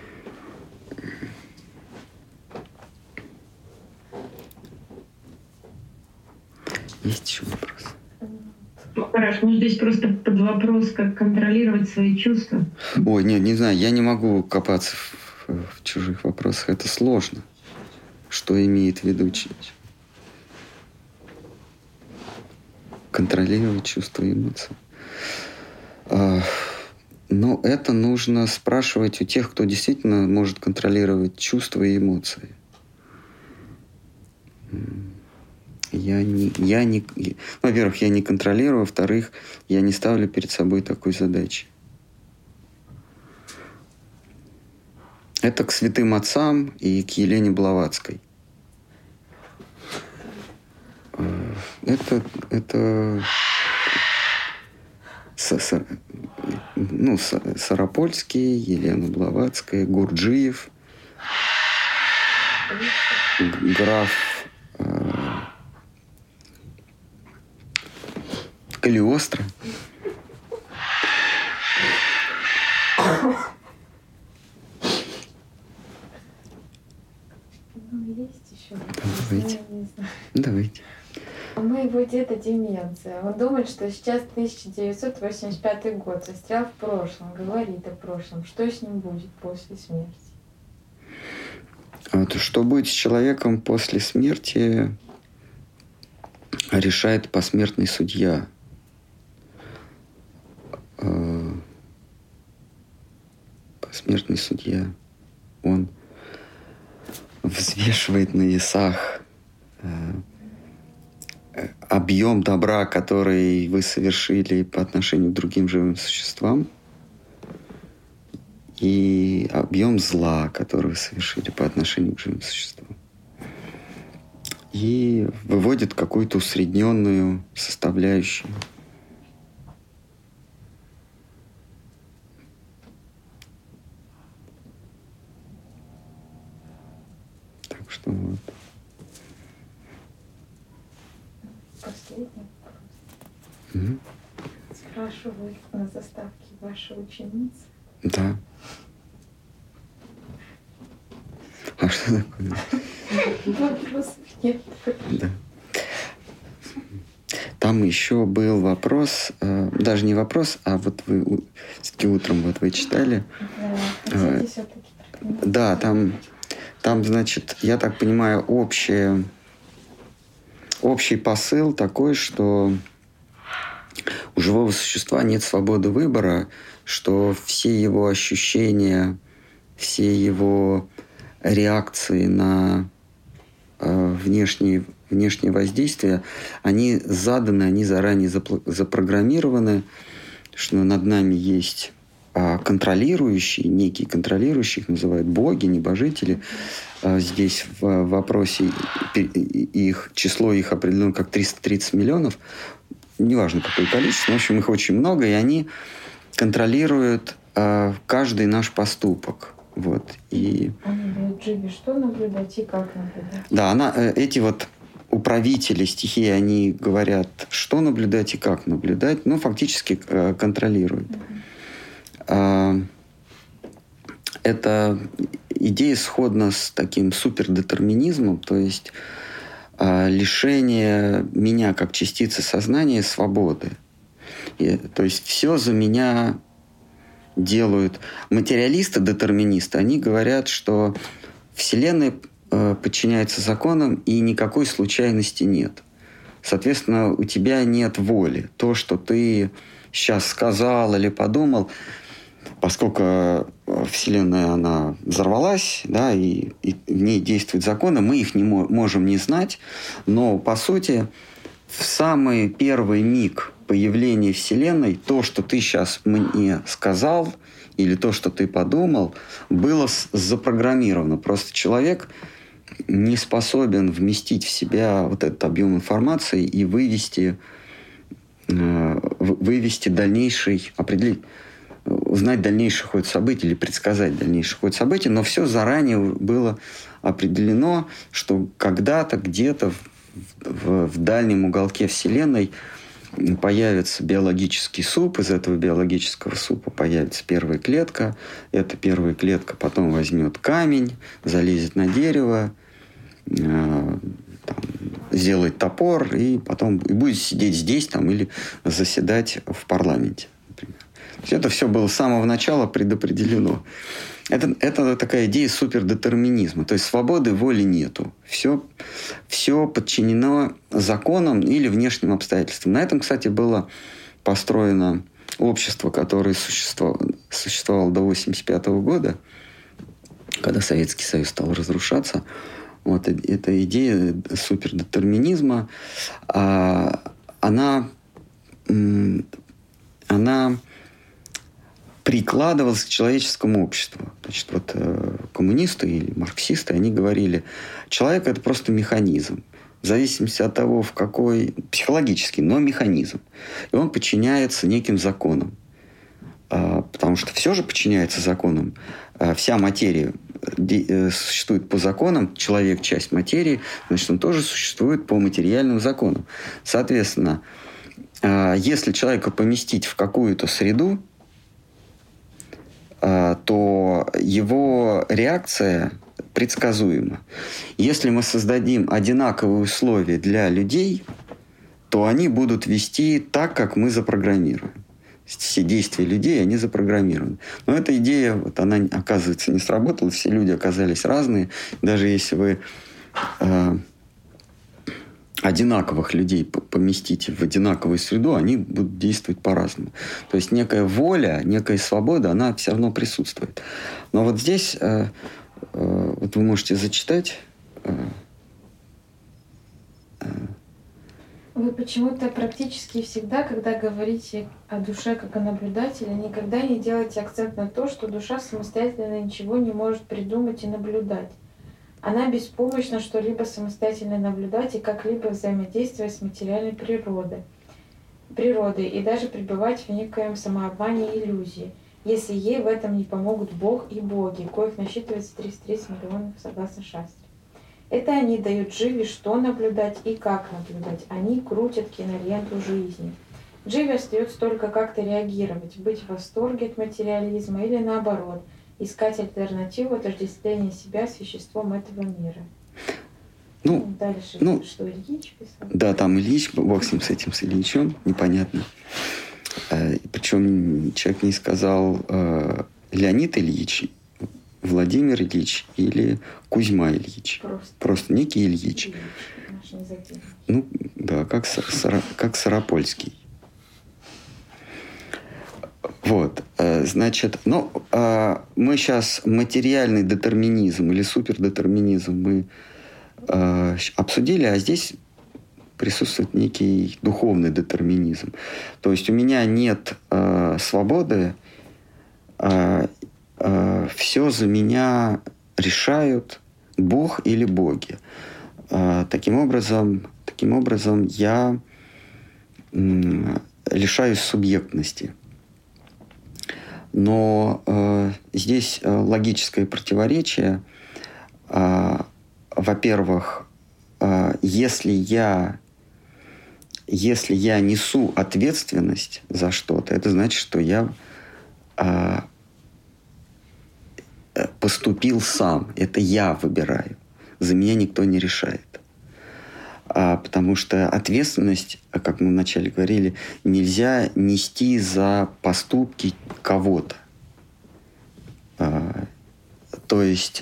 Есть еще вопрос? Хорошо, ну здесь просто под вопрос, как контролировать свои чувства. Ой, не знаю, я не могу копаться в чужих вопросах. Это сложно. Что имеет в виду контролировать чувства и эмоции? Но это нужно спрашивать у тех, кто действительно может контролировать чувства и эмоции. Во-первых, я не контролирую, во-вторых, я не ставлю перед собой такой задачи. Это к святым отцам и к Елене Блаватской. Это Сарапольский, Елена Блаватская, Гурджиев, граф Калиостро. Есть еще. Давайте. У моего деда деменция. Он думает, что сейчас 1985 год, застрял в прошлом, говорит о прошлом. Что с ним будет после смерти? Что будет с человеком после смерти, решает посмертный судья. Посмертный судья, он взвешивает на весах объем добра, который вы совершили по отношению к другим живым существам, и объем зла, который вы совершили по отношению к живым существам. и выводит какую-то усредненную составляющую. Так что вот. Последний вопрос. Спрашивают на заставке ваша ученица. Да. А что такое? Вопросов нет. Да. Там еще был вопрос, даже не вопрос, а вот вы все-таки утром вот вы читали. Да, хотите все-таки. Да, там, значит, я так понимаю, общий посыл такой, что у живого существа нет свободы выбора, что все его ощущения, все его реакции на внешние воздействия, они заданы, они заранее запрограммированы, что над нами есть контролирующие, некие контролирующие, их называют боги, небожители. Здесь в вопросе число их определено как 330 миллионов. Неважно, какое количество. В общем, их очень много, и они контролируют каждый наш поступок. Вот. И... Они дают Дживе что наблюдать и как наблюдать. Да, эти вот управители стихии, они говорят, что наблюдать и как наблюдать, но фактически контролируют. Эта идея сходна с таким супердетерминизмом, то есть лишение меня как частицы сознания свободы. То есть все за меня делают. Материалисты, детерминисты, они говорят, что Вселенная подчиняется законам и никакой случайности нет. Соответственно, у тебя нет воли. То, что ты сейчас сказал или подумал, поскольку Вселенная, она взорвалась, да, и в ней действуют законы, мы их не можем не знать, но, по сути, в самый первый миг появления Вселенной то, что ты сейчас мне сказал, или то, что ты подумал, было запрограммировано. Просто человек не способен вместить в себя вот этот объем информации и вывести дальнейший, определить, узнать дальнейший ход событий или предсказать дальнейший ход событий, но все заранее было определено, что когда-то, где-то в дальнем уголке Вселенной появится биологический суп, из этого биологического супа появится первая клетка, эта первая клетка потом возьмет камень, залезет на дерево, сделает топор и потом будет сидеть здесь там, или заседать в парламенте, например. Это все было с самого начала предопределено. Это такая идея супердетерминизма. То есть свободы воли нету. Все подчинено законам или внешним обстоятельствам. На этом, кстати, было построено общество, которое существовало до 1985 года, когда Советский Союз стал разрушаться. Вот эта идея супердетерминизма, она прикладывалась к человеческому обществу. Значит, вот коммунисты или марксисты, они говорили, человек – это просто механизм. В зависимости от того, в какой... Психологический, но механизм. И он подчиняется неким законам. Потому что все же подчиняется законам. Вся материя существует по законам. Человек – часть материи. Значит, он тоже существует по материальным законам. Соответственно, если человека поместить в какую-то среду, то его реакция предсказуема. Если мы создадим одинаковые условия для людей, то они будут вести так, как мы запрограммируем. Все действия людей, они запрограммированы. Но эта идея, вот она, оказывается, не сработала. Все люди оказались разные. Даже если вы одинаковых людей поместите в одинаковую среду, они будут действовать по-разному. То есть некая воля, некая свобода, она все равно присутствует. Но вот здесь вот вы можете зачитать. Вы почему-то практически всегда, когда говорите о душе как о наблюдателе, никогда не делаете акцент на то, что душа самостоятельно ничего не может придумать и наблюдать. Она беспомощна что-либо самостоятельно наблюдать и как-либо взаимодействовать с материальной природой и даже пребывать в некоем самообмане и иллюзии, если ей в этом не помогут Бог и боги, коих насчитывается 330 миллионов согласно Шастре. Это они дают Дживе, что наблюдать и как наблюдать. Они крутят киноленту жизни. Дживе остается только как-то реагировать, быть в восторге от материализма или наоборот, искать альтернативу отождествления себя с веществом этого мира. Дальше, что Ильич писал? Да, там Ильич, бог с ним, с Ильичем, непонятно. Причем человек не сказал Леонид Ильич, Владимир Ильич или Кузьма Ильич. Просто некий Ильич. Да, как Сарапольский. Вот, значит, мы сейчас материальный детерминизм или супердетерминизм мы обсудили, а здесь присутствует некий духовный детерминизм. То есть у меня нет свободы, все за меня решают Бог или боги. Таким образом, я лишаюсь субъектности. Но здесь логическое противоречие. Во-первых, если я несу ответственность за что-то, это значит, что я поступил сам. Это я выбираю. За меня никто не решает. Потому что ответственность, как мы вначале говорили, нельзя нести за поступки кого-то. То есть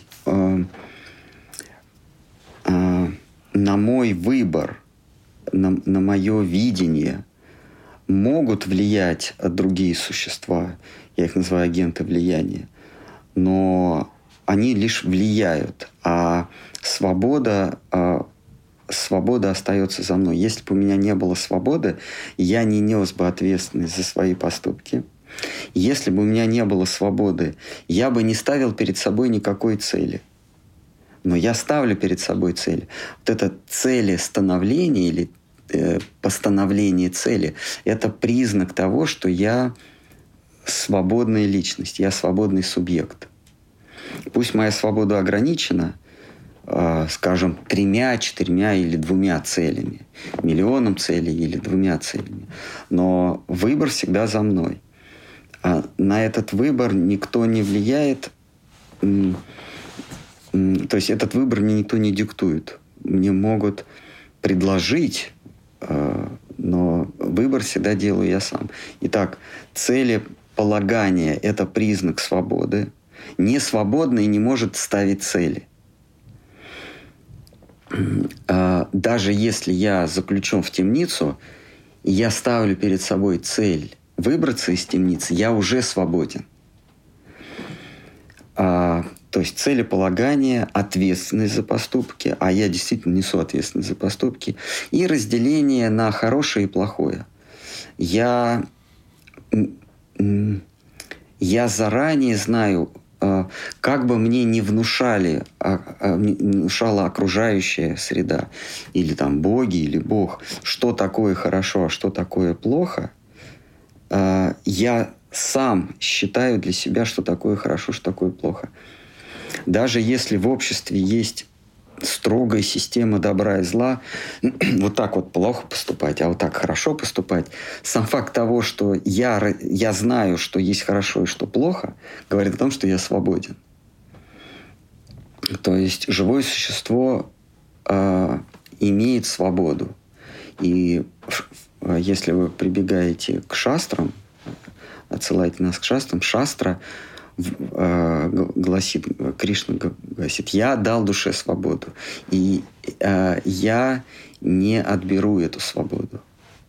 на мой выбор, на мое видение могут влиять другие существа. Я их называю агенты влияния. Но они лишь влияют, а свобода остается за мной. Если бы у меня не было свободы, я не нес бы ответственность за свои поступки. Если бы у меня не было свободы, я бы не ставил перед собой никакой цели. Но я ставлю перед собой цели. Вот это целестановление или постановление цели – это признак того, что я свободная личность, я свободный субъект. Пусть моя свобода ограничена, скажем, 3, 4 или 2 целями, миллионом целей или 2 целями, но выбор всегда за мной. А на этот выбор никто не влияет, то есть этот выбор мне никто не диктует. Мне могут предложить, но выбор всегда делаю я сам. Итак, целеполагание – это признак свободы. Несвободный не может ставить цели. Даже если я заключен в темницу, и я ставлю перед собой цель выбраться из темницы, я уже свободен. То есть целеполагание, ответственность за поступки, а я действительно несу ответственность за поступки, и разделение на хорошее и плохое. Я заранее знаю, как бы мне не внушала окружающая среда, или там боги, или Бог, что такое хорошо, а что такое плохо, я сам считаю для себя, что такое хорошо, что такое плохо. Даже если в обществе есть строгая система добра и зла, вот так вот плохо поступать, а вот так хорошо поступать, сам факт того, что я знаю, что есть хорошо и что плохо, говорит о том, что я свободен. То есть живое существо имеет свободу. И если вы прибегаете к шастрам, отсылаете нас к шастрам, шастра гласит, Кришна гласит: «Я дал душе свободу, и я не отберу эту свободу».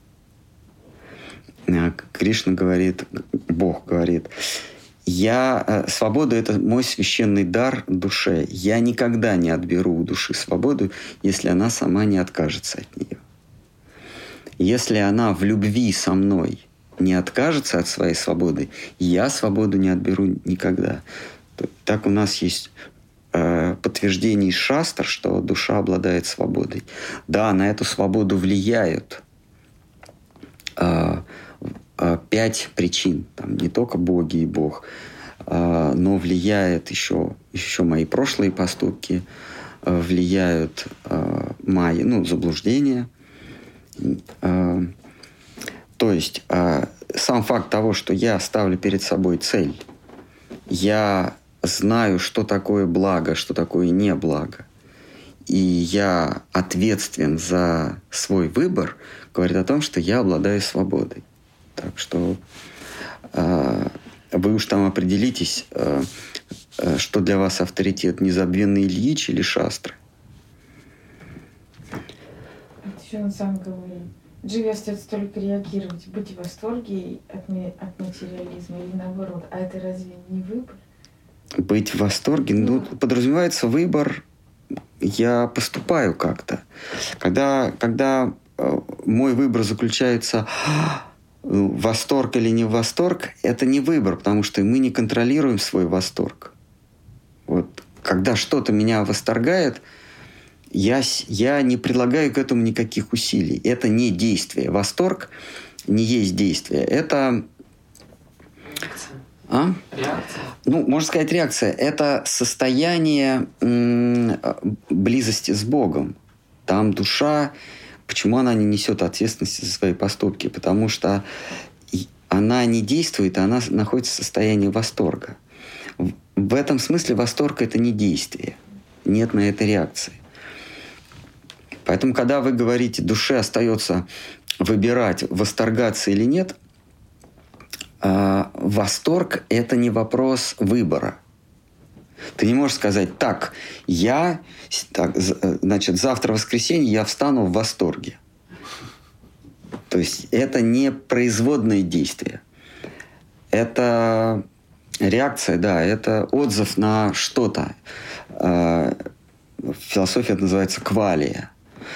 Кришна говорит, Бог говорит: свобода – это мой священный дар душе. Я никогда не отберу у души свободу, если она сама не откажется от нее. Если она в любви со мной не откажется от своей свободы, я свободу не отберу никогда. Так у нас есть утверждение из шастр, что душа обладает свободой. Да, на эту свободу влияют 5 причин. Там не только боги и Бог, но влияет еще мои прошлые поступки, влияют мои заблуждения. То есть сам факт того, что я ставлю перед собой цель, я знаю, что такое благо, что такое не благо, и я ответственен за свой выбор, говорит о том, что я обладаю свободой. Так что вы уж там определитесь, что для вас авторитет, незабвенный Ильич или шастры. Это еще он сам говорит. Дживе остается только реагировать, быть в восторге от материализма или наоборот. А это разве не выбор? Быть в восторге? Подразумевается выбор. Я поступаю как-то. Когда мой выбор заключается в восторг или не в восторг, это не выбор, потому что мы не контролируем свой восторг. Вот. Когда что-то меня восторгает, я не прилагаю к этому никаких усилий. Это не действие. Восторг не есть действие. Это... Реакция? Можно сказать, реакция. Это состояние близости с Богом. Там душа... Почему она не несет ответственности за свои поступки? Потому что она не действует, а она находится в состоянии восторга. В этом смысле восторг – это не действие. Нет на это реакции. Поэтому, когда вы говорите, душе остается выбирать, восторгаться или нет, восторг – это не вопрос выбора. Ты не можешь сказать, завтра воскресенье я встану в восторге. То есть это не производное действие. Это реакция, да, это отзыв на что-то. В философии это называется квалия.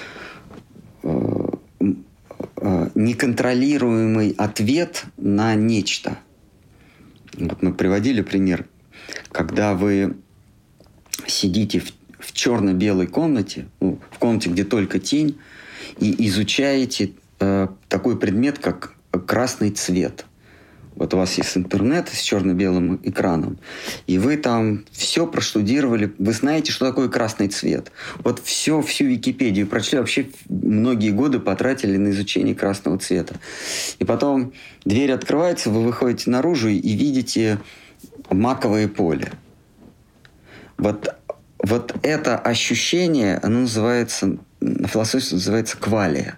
Неконтролируемый ответ на нечто. Вот мы приводили пример. Когда вы сидите в черно-белой комнате, в комнате, где только тень, и изучаете такой предмет, как красный цвет. Вот у вас есть интернет с черно-белым экраном, и вы там все проштудировали, вы знаете, что такое красный цвет. Вот всю Википедию прочли, вообще многие годы потратили на изучение красного цвета. И потом дверь открывается, вы выходите наружу и видите маковое поле. Вот это ощущение, оно называется, на философии называется квалия.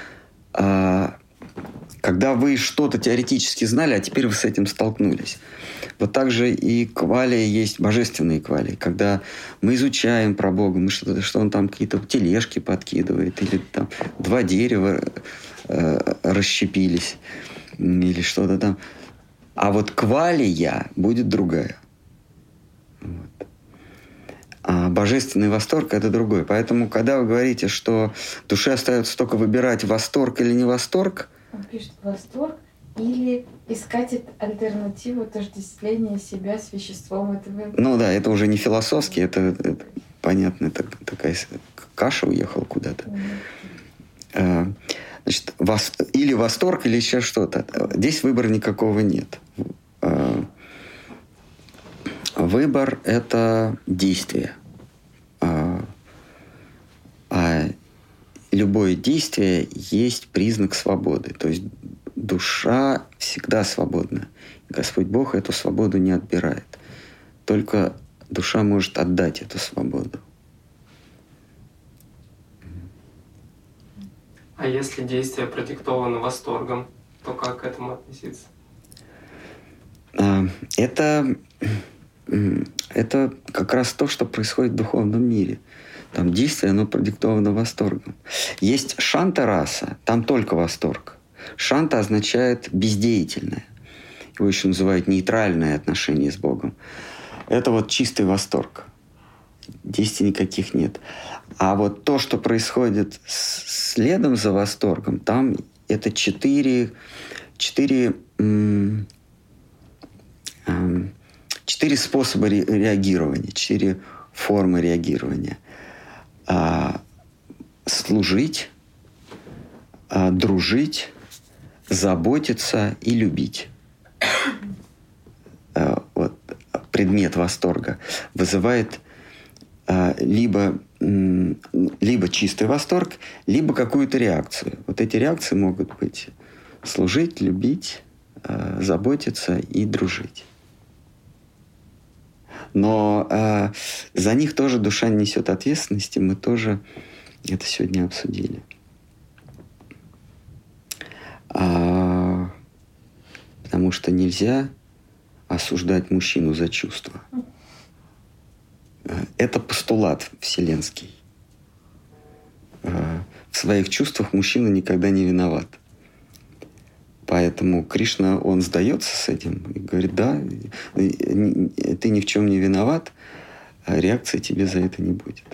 Когда вы что-то теоретически знали, а теперь вы с этим столкнулись. Вот так же и квалия есть, божественные квалии. Когда мы изучаем про Бога, что он там какие-то тележки подкидывает, или там 2 дерева расщепились, или что-то там. А вот квалия будет другая. Вот. А божественный восторг – это другой. Поэтому, когда вы говорите, что душе остается только выбирать, восторг или не восторг… Он пишет восторг или искать альтернативу отождествления себя с веществом этого. Да, это уже не философски, это понятно, это такая каша уехала куда-то. Значит, или восторг, или еще что-то. Здесь выбора никакого нет. Выбор – это действие. А любое действие есть признак свободы. То есть душа всегда свободна. Господь Бог эту свободу не отбирает. Только душа может отдать эту свободу. А если действие продиктовано восторгом, то как к этому относиться? Это как раз то, что происходит в духовном мире. Там действие, оно продиктовано восторгом. Есть шанта-раса, там только восторг. Шанта означает бездеятельное. Его еще называют нейтральное отношение с Богом. Это вот чистый восторг. Действий никаких нет. А вот то, что происходит следом за восторгом, там это 4 способа реагирования, 4 формы реагирования. Служить, дружить, заботиться и любить. Вот, предмет восторга вызывает либо чистый восторг, либо какую-то реакцию. Вот эти реакции могут быть служить, любить, заботиться и дружить. Но за них тоже душа несет ответственность, и мы тоже это сегодня обсудили. Потому что нельзя осуждать мужчину за чувства. Это постулат вселенский. В своих чувствах мужчина никогда не виноват. Поэтому Кришна, он сдается с этим и говорит: да, ты ни в чем не виноват, а реакции тебе за это не будет.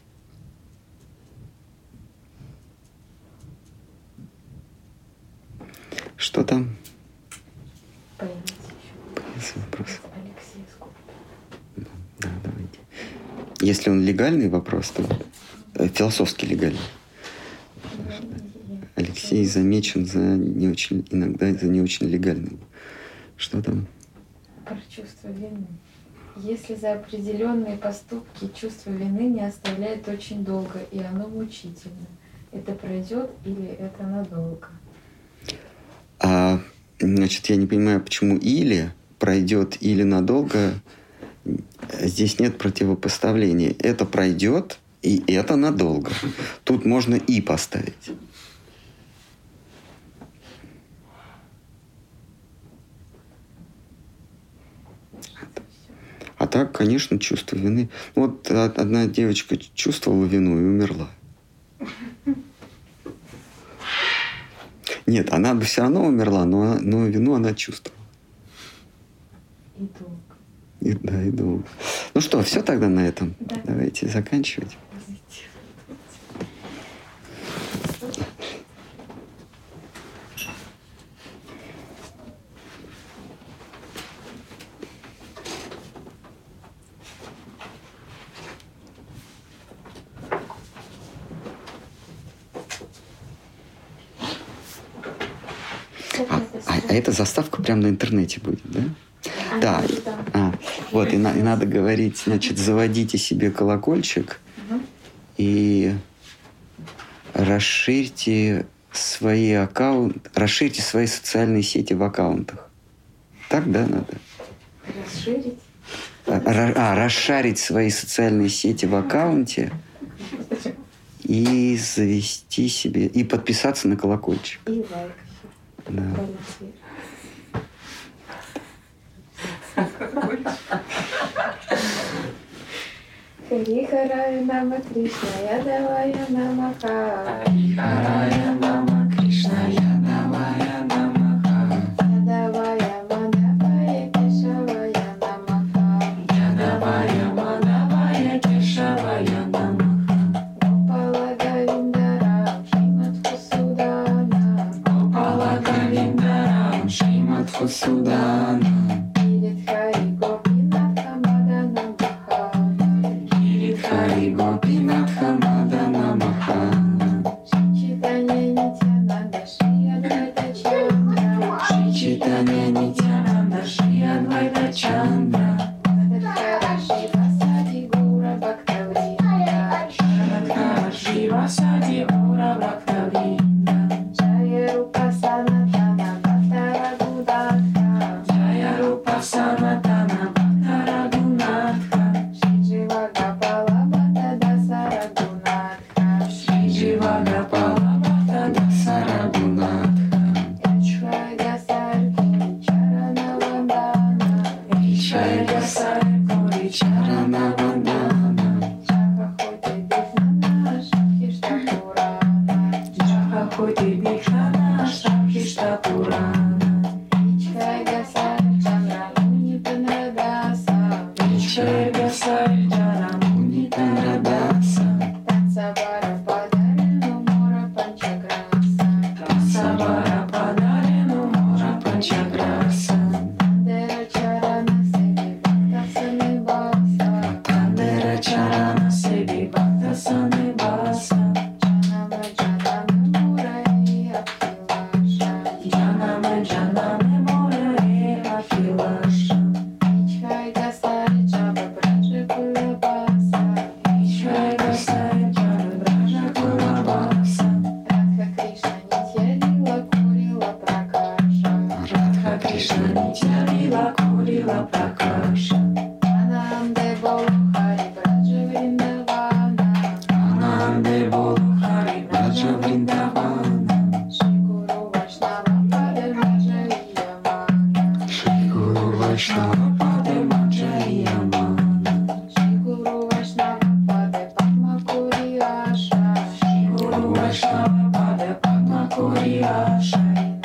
Что там? Появился вопрос. Да, давайте. Если он легальный вопрос, то философски легальный. Алексей замечен иногда за не очень легальным. Что там? Про чувство вины. Если за определенные поступки чувство вины не оставляет очень долго, и оно мучительно, это пройдет или это надолго? Значит, я не понимаю, почему или пройдет, или надолго. Здесь нет противопоставления. Это пройдет, и это надолго. Тут можно и поставить. А так, конечно, чувство вины. Вот одна девочка чувствовала вину и умерла. Нет, она бы все равно умерла, но вину она чувствовала. И долго. И долго. Ну что, все тогда на этом? Да. Давайте заканчивать. А эта заставка прямо на интернете будет, да? Да. Вот, и надо говорить, значит, заводите себе колокольчик и расширьте свои аккаунты, расширьте свои социальные сети в аккаунтах. Так, да, надо? Расширить? Расшарить свои социальные сети в аккаунте и завести себе, и подписаться на колокольчик. И лайк. Да. Харихарая нама Кришная давая намаха. Харихарая нама Кришная давая намаха. Ядавая мадавая кешавая намаха. Ядавая мадавая кешавая намаха. Гопала Говиндарам Шримадхусудана. Гопала Говиндарам Шримадхусудана. Хари Гопинатха Мадана Махана. Читание Нитянанда Шри Адвайта Чандра. Читание Нитянанда Шри Адвайта Чандра. Адхара Шива Сади Гура Бхактавринда. Адхара Шива Сади Гура Бхактавринда. Джая Рупа Санатана Бхакта Рагунатха. Джая Рупа Санатана Бхакта Рагунатха. Шри Джива Гапала Бхакта Даса Рагунатха. Шри Джива Гапала Бхакта Даса Рагунатха. Ичхай Гасар Кури Чарана Вандана. Ичхай Гасар Кури Чарана Вандана. Джаха Хоти Бихана Шабхишта Пурана. Ичхай Гасар Чандра Муни Танрадаса. Ичхай Гасар Чандра Муни Танрадаса. Татсабара Падарину Мора Панчаграса. Татсабара Падарину Мора Панчаграса. Тандера Чарана Севи Бхакта Самиваса. Тандера Чарана Prakasha. Anande bolo Hari Braja Vrindavana. Anande bolo Hari Braja Vrindavana. Shri Guru Vaishnava Padma Jayamana. Shri Guru Vaishnava Padma Jayamana. Shri Guru Vaishnava Padma Kuriyasha. Shri Guru Vaishnava Padma Kuriyasha.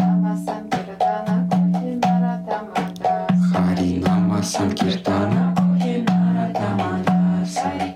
Hari Nama Sankirtana Kohi Naratamada. Hari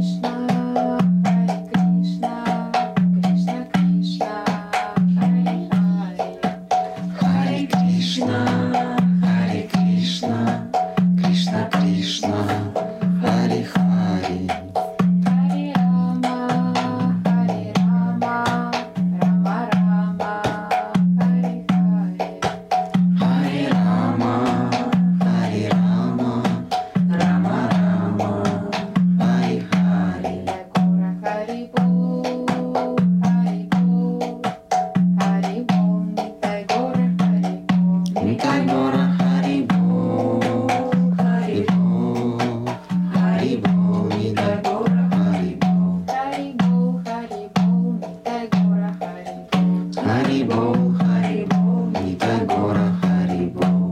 Krishna, Hare Krishna, Krishna Krishna, Hare Hare. Hari Rama, Hari Rama, Rama Rama, Hari Hari. Hare Rama, Hare Rama, Rama Rama, Hare Hare. Gora Hari Bol, Hari Bol, Hari Bol, Nitai Gora Hari Bol. Nitai Gora Hari Bol, Hari Bol, Hari Bol, Nitai Gora Hari Bol. Hari Bol, Hari Bol, Nitai Gora Hari Bol. Hari Bol, Hari Bol, Nitai Gora Hari Bol.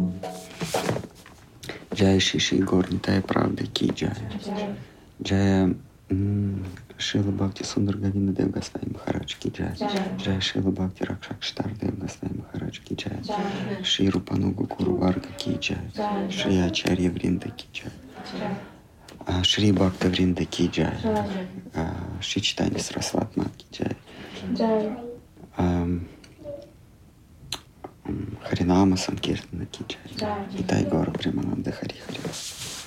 Джай Шиши Гор Нитай Правда Ки Джай. Джая Шила Бхакти Сундар Говинда Дев Госвами Махарадж Ки Джай. Джай Шила Бхакти Ракшак Штар Дев Госвами Махарадж Ки Джай. Шри Рупанугу Гуру Варга Ки Джай. Шри Ачарья Вринда Ки Джай. Шри Бхакта Вринда Ки Джай. Шри Читани Сарасват Мат Ки Джай. Харинама Санкиртана Ки Джай. Нитай Гора Примананда Хари Хари.